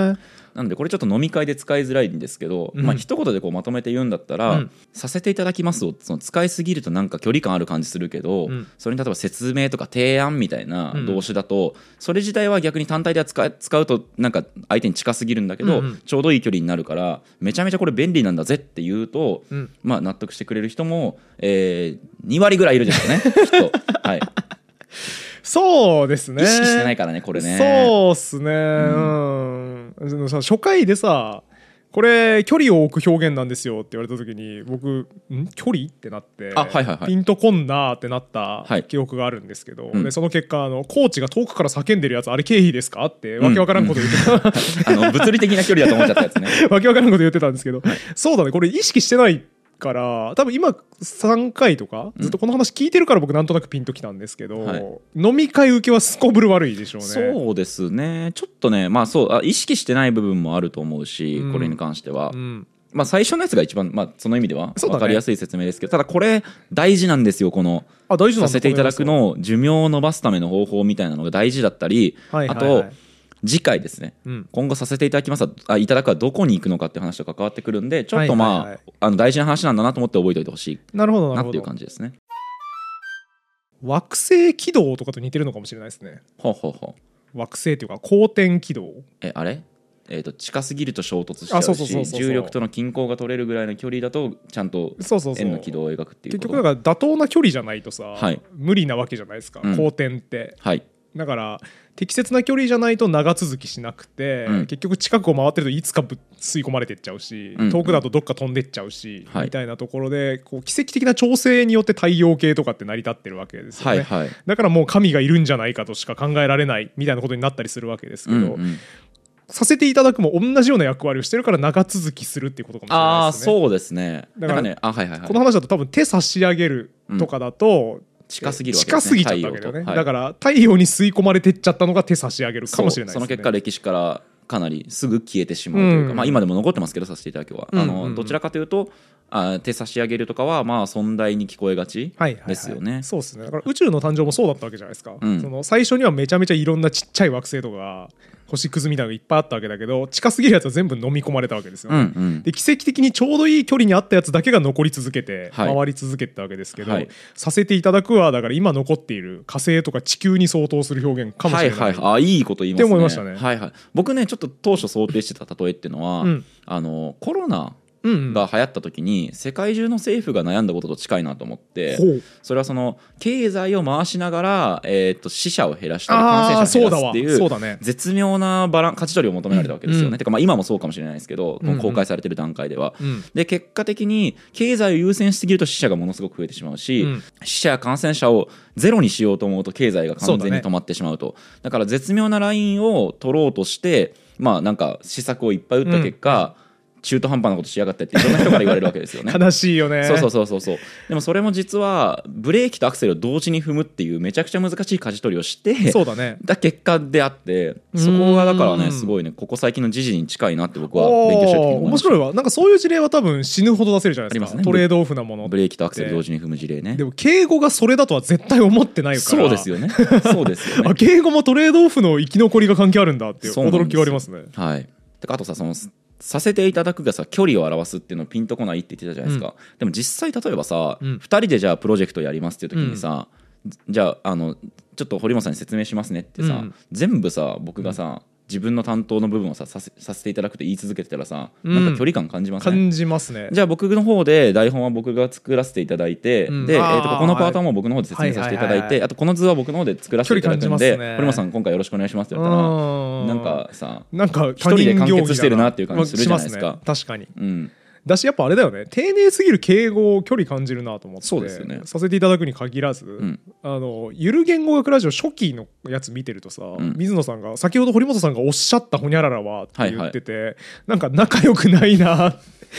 なのでこれちょっと飲み会で使いづらいんですけど、うん、まあ一言でこうまとめて言うんだったら、うん、させていただきますをその使いすぎるとなんか距離感ある感じするけど、うん、それに例えば説明とか提案みたいな動詞だと、それ自体は逆に単体で使う、使うとなんか相手に近すぎるんだけど、うんうん、ちょうどいい距離になるからめちゃめちゃこれ便利なんだぜって言うと、うん、まあ納得してくれる人も、えー、にわりぐらいいるでしょうねきっと。はい、 そうですね。 意識してないからねこれね。 そうっすね、うんうん、初回でさこれ距離を置く表現なんですよって言われた時に僕ん距離ってなって、 あ、はいはいはい、 ピンとこんなってなった記憶があるんですけど、はい、でその結果あのコーチが遠くから叫んでるやつあれ経費ですかってわけわからんこと言ってた、 うんうん、あの物理的な距離だと思っちゃったやつねわけわからんこと言ってたんですけど、はい、そうだねこれ意識してないから多分今さんかいとかずっとこの話聞いてるから僕なんとなくピンときたんですけど、うん、はい、飲み会受けはすこぶる悪いでしょうね。 そうですね、ちょっとね、まあそうあ意識してない部分もあると思うし、うん、これに関しては、うん、まあ最初のやつが一番、まあ、その意味では分かりやすい説明ですけど、ただこれ大事なんですよ。このあ大事なんださせていただくの寿命を伸ばすための方法みたいなのが大事だったり、はいはいはい、あと次回ですね、うん、今後させていただきますあいただくはどこに行くのかっていう話と関わってくるんで、ちょっとまあ、はいはいはい、あの大事な話なんだなと思って覚えておいてほしいなっていう感じですね。 惑星軌道とかと似てるのかもしれないですね。 ほうほうほう惑星っていうか公転軌道、 えあれえー、と近すぎると衝突しちゃうし、重力との均衡が取れるぐらいの距離だとちゃんと円の軌道を描くっていうこと。 結局だから妥当な距離じゃないとさ、はい、無理なわけじゃないですか、うん、公転って、 はい、 だから適切な距離じゃないと長続きしなくて、うん、結局近くを回ってるといつかぶ吸い込まれてっちゃうし、うん、遠くだとどっか飛んでっちゃうし、うん、みたいなところでこう奇跡的な調整によって太陽系とかって成り立ってるわけですよね、はいはい、だからもう神がいるんじゃないかとしか考えられないみたいなことになったりするわけですけど、うんうん、させていただくも同じような役割をしてるから長続きするっていうことかもしれないですね。 あそうですね。だからね、あ、はいはいはい、 この話だと多分手差し上げるとかだと、うん近すぎるわけですね。 近すぎちゃったわけだよね、はい、だから太陽に吸い込まれてっちゃったのが手差し上げるかもしれないですね。 そ, その結果歴史からかなりすぐ消えてしまうというか、うん、まあ、今でも残ってますけどさせていただきは、うんうんうん、あのどちらかというとあ手差し上げるとかはまあ尊大に聞こえがちですよね、はいはいはい、 そうですね。だから宇宙の誕生もそうだったわけじゃないですか、うん、その最初にはめちゃめちゃいろんなちっちゃい惑星とか星屑みたいなのがいっぱいあったわけだけど、近すぎるやつは全部飲み込まれたわけですよね、うんうん、で奇跡的にちょうどいい距離にあったやつだけが残り続けて、はい、回り続けてたわけですけど、はい、させていただくはだから今残っている火星とか地球に相当する表現かもしれない、 はいはい、あいいこと言いますねって思いましたね、 はいはい、僕ねちょっと当初想定してた例えっていうのは、うん、あのコロナが流行った時に世界中の政府が悩んだことと近いなと思って、それはその経済を回しながら、えー、と死者を減らしたり感染者を減らすっていう絶妙なバラン勝ち取りを求められたわけですよね、うんうん、てかまあ今もそうかもしれないですけど、この公開されてる段階では、うんうん、で結果的に経済を優先しすぎると死者がものすごく増えてしまうし、うん、死者や感染者をゼロにしようと思うと経済が完全に止まってしまうと、 だね、だから絶妙なラインを取ろうとしてまあなんか施策をいっぱい打った結果、うん中途半端なことしやがってっていろんな人から言われるわけですよね悲しいよね。 そうそうそうそうそう。でもそれも実はブレーキとアクセルを同時に踏むっていうめちゃくちゃ難しい舵取りをしてそうだねだ結果であって、そこがだからねすごいねここ最近の時事に近いなって僕は勉強してる時に思いました。 面白いわ。なんかそういう事例は多分死ぬほど出せるじゃないですか、ね、トレードオフなものブレーキとアクセル同時に踏む事例ね。 でも敬語がそれだとは絶対思ってないからそうですよねそうですよねあ敬語もトレードオフの生き残りが関係あるんだっていう驚きがありますね。 はい。てかあとさそのさせていただくがさ距離を表すっていうのピンとこないって言ってたじゃないですか、うん、でも実際例えばさ、うん、ふたりでじゃあプロジェクトやりますっていう時にさ、うん、じゃあ、あのちょっと堀本さんに説明しますねってさ、うん、全部さ僕がさ、うん自分の担当の部分を さ, さ, せさせていただくと言い続けてたらさ、うん、なんか距離感感じますね。 感じますね。 じゃあ僕の方で台本は僕が作らせていただいて、うん、で、えー、とここのパートはもう僕の方で説明させていただいて、はいはいはいはい、あとこの図は僕の方で作らせていただくんで、ね、堀本さん今回よろしくお願いしますって言ったらなんかさなんか一人で完結してるなっていう感じするじゃないですか。 ね、確かに、うんだしやっぱあれだよね丁寧すぎる敬語を距離感じるなと思ってそうですよ、ね、 させていただくに限らず、うん、あのゆる言語学ラジオ初期のやつ見てるとさ、うん、水野さんが先ほど堀本さんがおっしゃったほにゃららはって言ってて、はいはい、なんか仲良くないな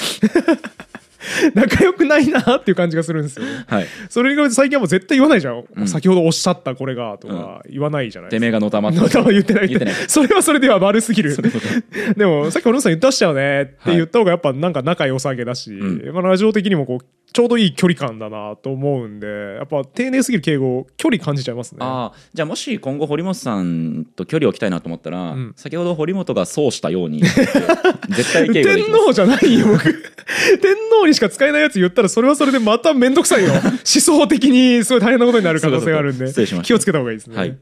仲良くないなっていう感じがするんですよ、ねはい、それが最近はもう絶対言わないじゃん、うん、先ほどおっしゃったこれがとか言わないじゃないですか、うん、 てめえがのたまったのたま言ってない言ってないそれはそれでは悪すぎるでもさっき堀本さん言ったっしゃよねって言った方がやっぱなんか仲良さげだし、うんまあ、ラジオ的にもこうちょうどいい距離感だなと思うんで、やっぱ丁寧すぎる敬語距離感じちゃいますね。 あじゃあもし今後堀本さんと距離を置きたいなと思ったら、うん、先ほど堀本がそうしたように絶対敬語でいきます。 天皇じゃないよ僕天皇にしか使えないやつ言ったらそれはそれでまためんどくさいよ思想的にすごい大変なことになる可能性があるんで気をつけた方がいいですね。はい、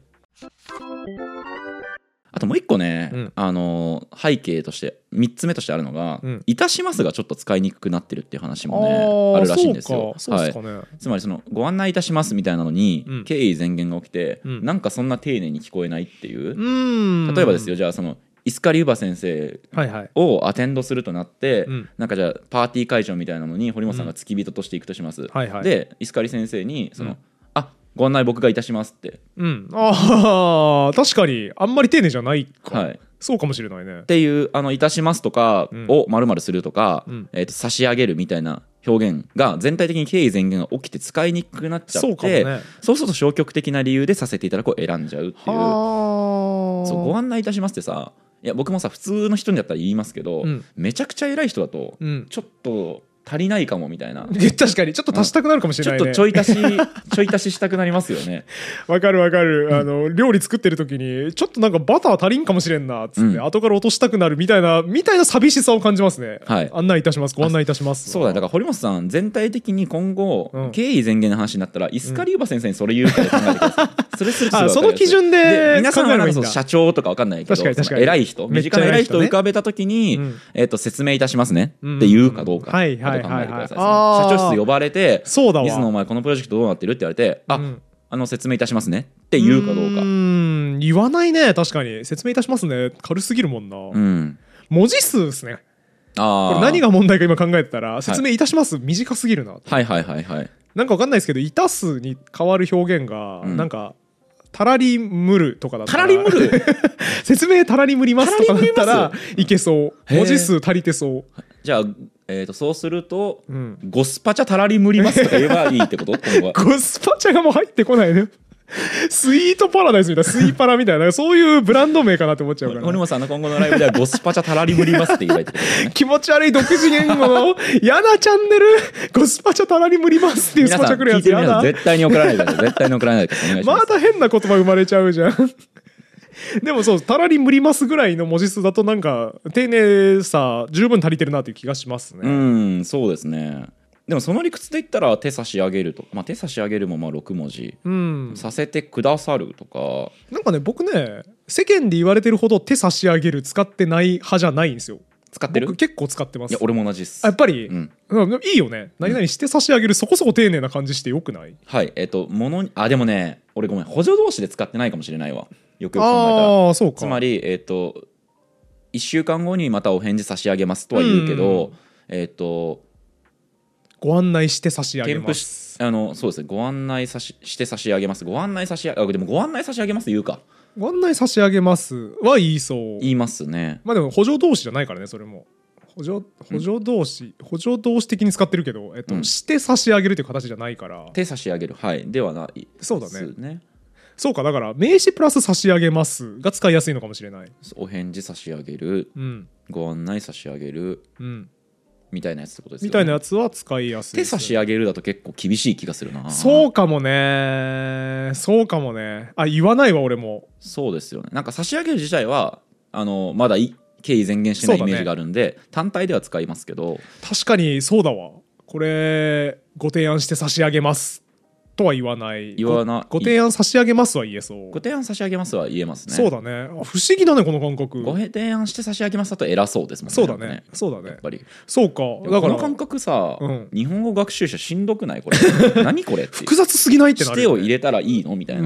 あともう一個ね、うん、あの背景としてみっつめとしてあるのが、うん、いたしますがちょっと使いにくくなってるっていう話もね あ, あるらしいんですよ。 そうか、そうですかね。 はい、つまりそのご案内いたしますみたいなのに、うん、敬意前言が起きて、うん、なんかそんな丁寧に聞こえないっていう、うん、例えばですよ、じゃあそのイスカリウバ先生をアテンドするとなって、はいはい、なんかじゃあパーティー会場みたいなのに堀本さんが付き人として行くとします、うんはいはい、でイスカリ先生にその、うん、あご案内僕がいたしますって、 うん、あ確かにあんまり丁寧じゃないか、はい、そうかもしれないねっていうあのいたしますとかを〇〇するとか、うんえー、と差し上げるみたいな表現が全体的に敬意前言が起きて使いにくくなっちゃってそうかも、ね、そうすると消極的な理由でさせていただくを選んじゃうっていうそうご案内いたしますってさいや僕もさ普通の人にだったら言いますけど、うん、めちゃくちゃ偉い人だと、うん、ちょっと足りないかもみたいな確かにちょっと足したくなるかもしれないね、 うん、ちょっとちょい足しちょい足ししたくなりますよね。 わかるわかる、うん、あの料理作ってる時にちょっとなんかバター足りんかもしれんなっつって、うん、後から落としたくなるみたいなみたいな寂しさを感じますね、はい、案内いたしますご案内いたしますそうだだから堀本さん全体的に今後、うん、敬意前言の話になったらイスカリウバ先生にそれ言うから考えてください、うん、それするあその基準で皆さんはなんかその社長とかわかんないけど偉い人身近な偉い人を浮かべた時に、うんえー、と説明いたしますねって言うかどうか、うん、はいはいはいはい社長室呼ばれてそうだわ水野お前このプロジェクトどうなってるって言われてあ、うん、あの説明いたしますねって言うかどうかうん言わないね確かに説明いたしますね軽すぎるもんな、うん、文字数ですねあこれ何が問題か今考えてたら説明いたします、はい、短すぎるなはいはいはいはいなんか分かんないですけどいたすに変わる表現が、うん、なんかタラリムルとかだったらタラリムル説明タラリムりますとかだったらいけそう文字数足りてそうじゃあえー、とそうすると、うん、ゴスパチャタラリムりますとか言えばいいってことゴスパチャがもう入ってこないねスイートパラダイスみたいなスイパラみたいなそういうブランド名かなって思っちゃうから堀本さんの今後のライブではゴスパチャタラリムりますって言われてる、ね、 気持ち悪い独自言語の嫌なチャンネルゴスパチャタラリムりますっていうスパチャくるやつやだ絶対に送らないで絶対に送らないでお願いしますまた変な言葉生まれちゃうじゃんでもそうタラリムりますぐらいの文字数だとなんか丁寧さ十分足りてるなという気がしますねうんそうですねでもその理屈で言ったら手差し上げると、まあ、手差し上げるもまあろく文字、うん、させてくださるとかなんかね僕ね世間で言われてるほど手差し上げる使ってない派じゃないんですよ使ってる僕結構使ってます。 いや俺も同じです。 やっぱり、うん、いいよね何々して差し上げる、うん、そこそこ丁寧な感じしてよくない？ はいえっ、ー、とものにあでもね俺ごめん補助動詞で使ってないかもしれないわよくよく考えたら。あそうかつまりえっ、ー、といっしゅうかんごにまたお返事差し上げますとは言うけど、うん、えっ、ー、とご案内して差し上げますあのそうですねご案内さしして差し上げますご案内差し上げあでもご案内差し上げます言うかご案内差し上げますは言いそう言いますね。 まあでも補助動詞じゃないからねそれも補助補助動詞補助動詞的に使ってるけど、えっとうん、して差し上げるという形じゃないから手差し上げるはいではないそうだ ね, ねそうかだから名詞プラス差し上げますが使いやすいのかもしれない。 お返事差し上げる、うん、ご案内差し上げる、うんみたいなやつってことですよね。 みたいなやつは使いやすいです。手差し上げるだと結構厳しい気がするな。 そうかもねそうかもねあ言わないわ俺も。 そうですよねなんか差し上げる自体はあのまだ敬意前言してないイメージがあるんで、ね、単体では使いますけど確かにそうだわこれご提案して差し上げますとは言わない言わないご, ご提案差し上げますは言えそうご提案差し上げますは言えますね。 そうだね不思議だねこの感覚。 ご提案して差し上げますだと偉そうですもんね。 そうだねそうだねやっぱりそうかだからこの感覚さ、うん、日本語学習者しんどくないこれ何これって複雑すぎないってなる、ね、 してを入れたらいいのみたいな、うん、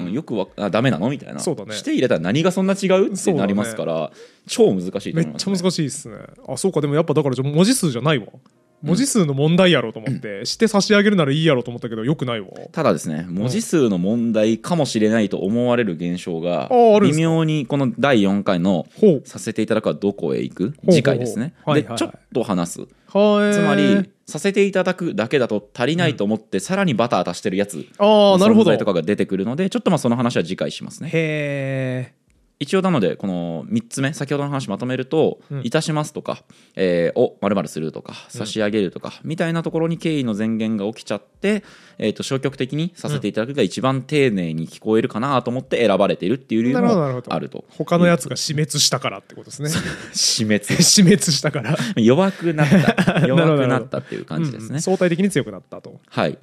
よくわあダメなのみたいな。 そうだねして入れたら何がそんな違うってなりますから、ね、超難しいと思います、ね、 めっちゃ難しいですね。あそうかでもやっぱだから文字数じゃないわ文字数の問題やろうと思って、うん、して差し上げるならいいやろうと思ったけどよくないわ。 ただですね文字数の問題かもしれないと思われる現象が微妙にこのだいよんかいのさせていただくはどこへ行く次回ですねでちょっと話す。つまりさせていただくだけだと足りないと思って、うん、さらにバター足してるやつの存在とかが出てくるのでちょっとまあその話は次回しますね。 へー一応なのでこのみっつめ先ほどの話まとめると、 うんいたしますとか、えー、を〇〇するとか差し上げるとか、みたいなところに敬意の前言が起きちゃって、えー、と消極的にさせていただくが一番丁寧に聞こえるかなと思って選ばれているっていう理由もあると。 他のやつが死滅したからってことですね。 死滅死滅したから弱くなった弱くなったっていう感じですね、 うん、相対的に強くなったと。 はい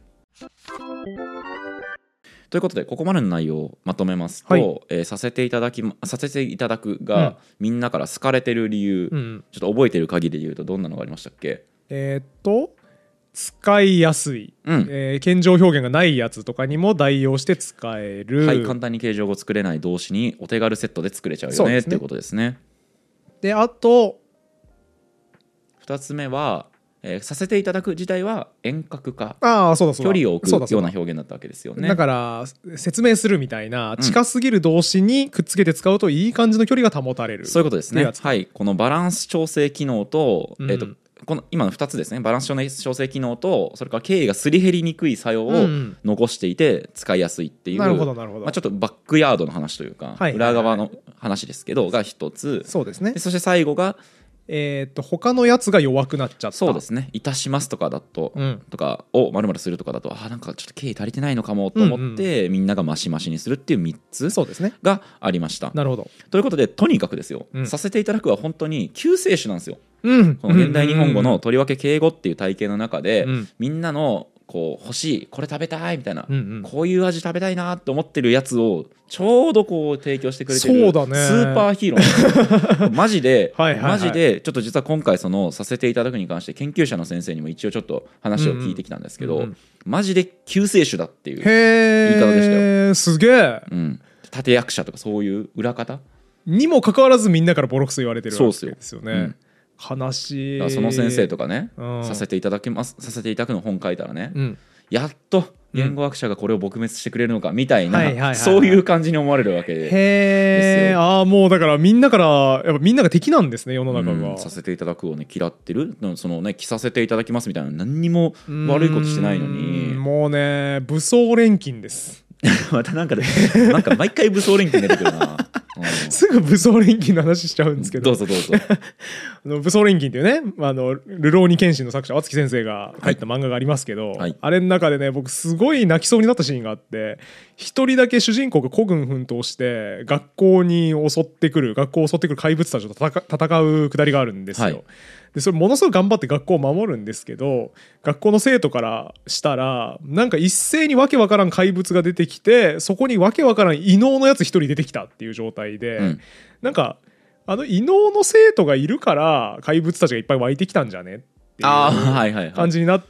ということでここまでの内容をまとめますと、 はいえーさせていただきさせていただくが、うん、みんなから好かれてる理由、うん、ちょっと覚えてる限りで言うとどんなのがありましたっけ？ えー、っと使いやすい、 うんえー、謙譲表現がないやつとかにも代用して使える、 はい、簡単に形状語作れない動詞にお手軽セットで作れちゃうよねっていうことですね。 であとふたつめはえー、させていただく自体は遠隔化、 ああそうだそうだ距離を置くような表現だったわけですよね。 だから説明するみたいな近すぎる動詞にくっつけて使うといい感じの距離が保たれる、 そういうことですね。はい、このバランス調整機能と、うん、えーとこの今のふたつですね、バランス調整機能とそれから敬意がすり減りにくい作用を残していて使いやすいっていう、 なるほどなるほど、 まあ、ちょっとバックヤードの話というか、はいはいはい、裏側の話ですけどがひとつ、 そうですね。 でそして最後がえー、と他のやつが弱くなっちゃった。 そうですね、いたしますとかだと、うん、とかを〇〇するとかだと、あなんかちょっと敬意足りてないのかもと思って、うんうん、みんながマシマシにするっていうみっつがありました。 なるほど。 ということでとにかくですよ、うん、させていただくは本当に救世主なんですよ、 うん、 この現代日本語のとりわけ敬語っていう体系の中で、うん、みんなのこう欲しいこれ食べたいみたいな、うんうん、こういう味食べたいなって思ってるやつをちょうどこう提供してくれてる、 そうだね、 スーパーヒーローマジではいはい、はい、 マジでちょっと実は今回そのさせていただくに関して研究者の先生にも一応ちょっと話を聞いてきたんですけど、うんうん、マジで救世主だっていう言い方でしたよ。 へーすげえ、 うん、立役者とかそういう裏方にもかかわらずみんなからボロクソ言われてるわけですよね。 うん、 悲しい。 その先生とかね、 うん、 させていただきますさせていただくの本書いたらね、 うん、 やっと言語学者がこれを撲滅してくれるのかみたいな、そういう感じに思われるわけですよ。 へー、ああもうだからみんなからやっぱみんなが敵なんですね世の中が、 うん、させていただくをね嫌ってる、そのね着させていただきますみたいな何にも悪いことしてないのに、 もうね武装錬金ですまたなんかねなんか毎回武装錬金出てくるなすぐ武装錬金の話しちゃうんですけど、 どうぞどうぞあの武装錬金っていうね、あの流浪に剣心の作者和月先生が書いた漫画がありますけど、はい、あれの中でね僕すごい泣きそうになったシーンがあって、一人だけ主人公が孤軍奮闘して学校に襲ってくる学校を襲ってくる怪物たちと戦, 戦うくだりがあるんですよ、はい、でそれものすごい頑張って学校を守るんですけど、学校の生徒からしたらなんか一斉にわけわからん怪物が出てきて、そこにわけわからん異能のやつ一人出てきたっていう状態で、うん、なんかあの異能の生徒がいるから怪物たちがいっぱい湧いてきたんじゃねっていう感じになって、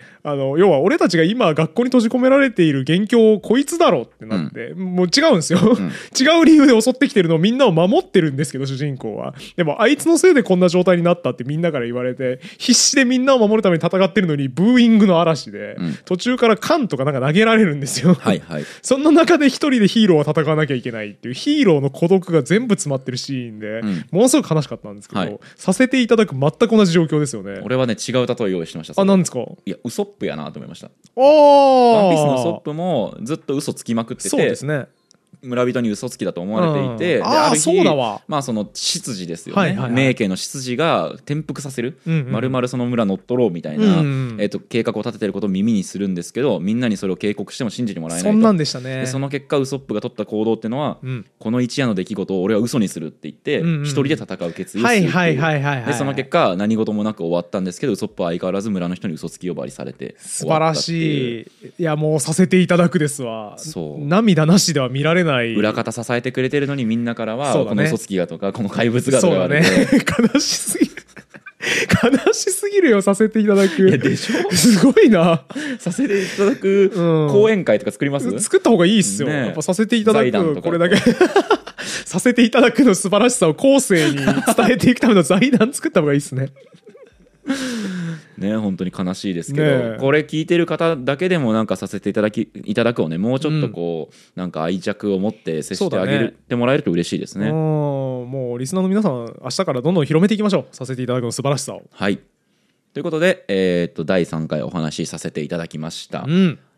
あの要は俺たちが今学校に閉じ込められている元凶こいつだろってなって、うん、もう違うんですよ、うん、違う理由で襲ってきてるのをみんなを守ってるんですけど主人公は。でもあいつのせいでこんな状態になったってみんなから言われて、必死でみんなを守るために戦ってるのにブーイングの嵐で、うん、途中から缶とかなんか投げられるんですよはい、はい、 そんな中で一人でヒーローは戦わなきゃいけないっていうヒーローの孤独が全部詰まってるシーンで、うん、ものすごく悲しかったんですけど、はい、させていただく全く同じ状況ですよね。 俺はね違う例え用意してました。 あ、何ですか？ いやウソップやなと思いました。 おワンピースのウソップもずっと嘘つきまくってて、 そうですね、 村人に嘘つきだと思われていて、 うん、あある日そうだわ、 まあその執事ですよね、 はいはいはい、 名家の執事が転覆させる、まるまるその村乗っ取ろうみたいな、うんうん、えー、と計画を立ててることを耳にするんですけど、みんなにそれを警告しても信じてもらえないと。 そんなんでしたね。 でその結果ウソップが取った行動っていうのは、うん、この一夜の出来事を俺は嘘にするって言って、うんうん、一人で戦う決意をするっていう。でその結果何事もなく終わったんですけど、ウソップは相変わらず村の人に嘘つき呼ばわりされて素晴らしい。いやもうさせていただくですわ。そう涙なしでは見られない裏方支えてくれてるのに、みんなからは、ね、この嘘つきがとかこの怪物がとか言われて、 そうだね、悲しすぎる悲しすぎるよさせていただく。 いやでしょすごいなさせていただく講演会とか作ります、うん、 作った方がいいっすよ、ね、やっぱさせていただくこれだけさせていただくの素晴らしさを後世に伝えていくための財団作った方がいいっすねね、本当に悲しいですけど、ね、これ聞いてる方だけでもなんかさせていただきいただくをね、もうちょっとこう、うん、なんか愛着を持って接してあげる、ね、ってもらえると嬉しいですね。 もうリスナーの皆さん明日からどんどん広めていきましょう、させていただくの素晴らしさを。 はい、ということで、えー、っとだいさんかいお話しさせていただきました、 うん、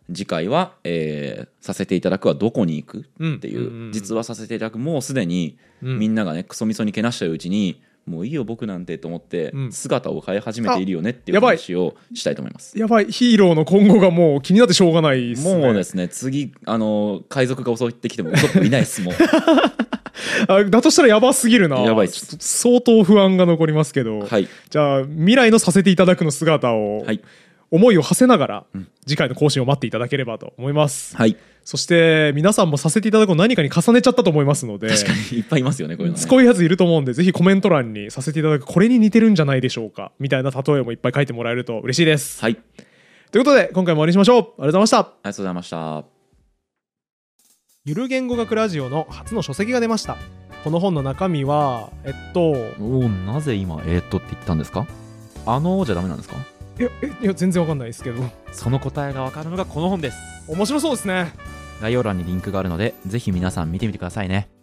次回は、えーさせていただくはどこに行くっていう、 うんうんうんうん実はさせていただくもうすでにうんみんながねクソみそにけなしてるうちにもういいよ僕なんてと思ってうん姿を変え始めているよねっていうやばい話をしたいと思います。 やばい、ヒーローの今後がもう気になってしょうがないっすね。 もうですね次あの海賊が襲ってきてもウソップいないですもうあだとしたらやばすぎるな。 やばいっすちょっと相当不安が残りますけど、 はいじゃあ未来のさせていただくの姿を、 はい思いを馳せながら、 うん次回の更新を待っていただければと思います。 はいそして皆さんもさせていただくを何かに重ねちゃったと思いますので、 確かにいっぱいいますよねこういうのね。 こういうやついると思うんで、ぜひコメント欄にさせていただくこれに似てるんじゃないでしょうかみたいな例えもいっぱい書いてもらえると嬉しいです。 はいということで今回も終わりにしましょう。ありがとうございました。 ありがとうございました。 ゆる言語学ラジオの初の書籍が出ました。この本の中身はえっとおお、なぜ今えー、っとって言ったんですか？あのーじゃダメなんですか？ いやえいや全然わかんないですけどその答えがわかるのがこの本です。 面白そうですね。 概要欄にリンクがあるのでぜひ皆さん見てみてくださいね。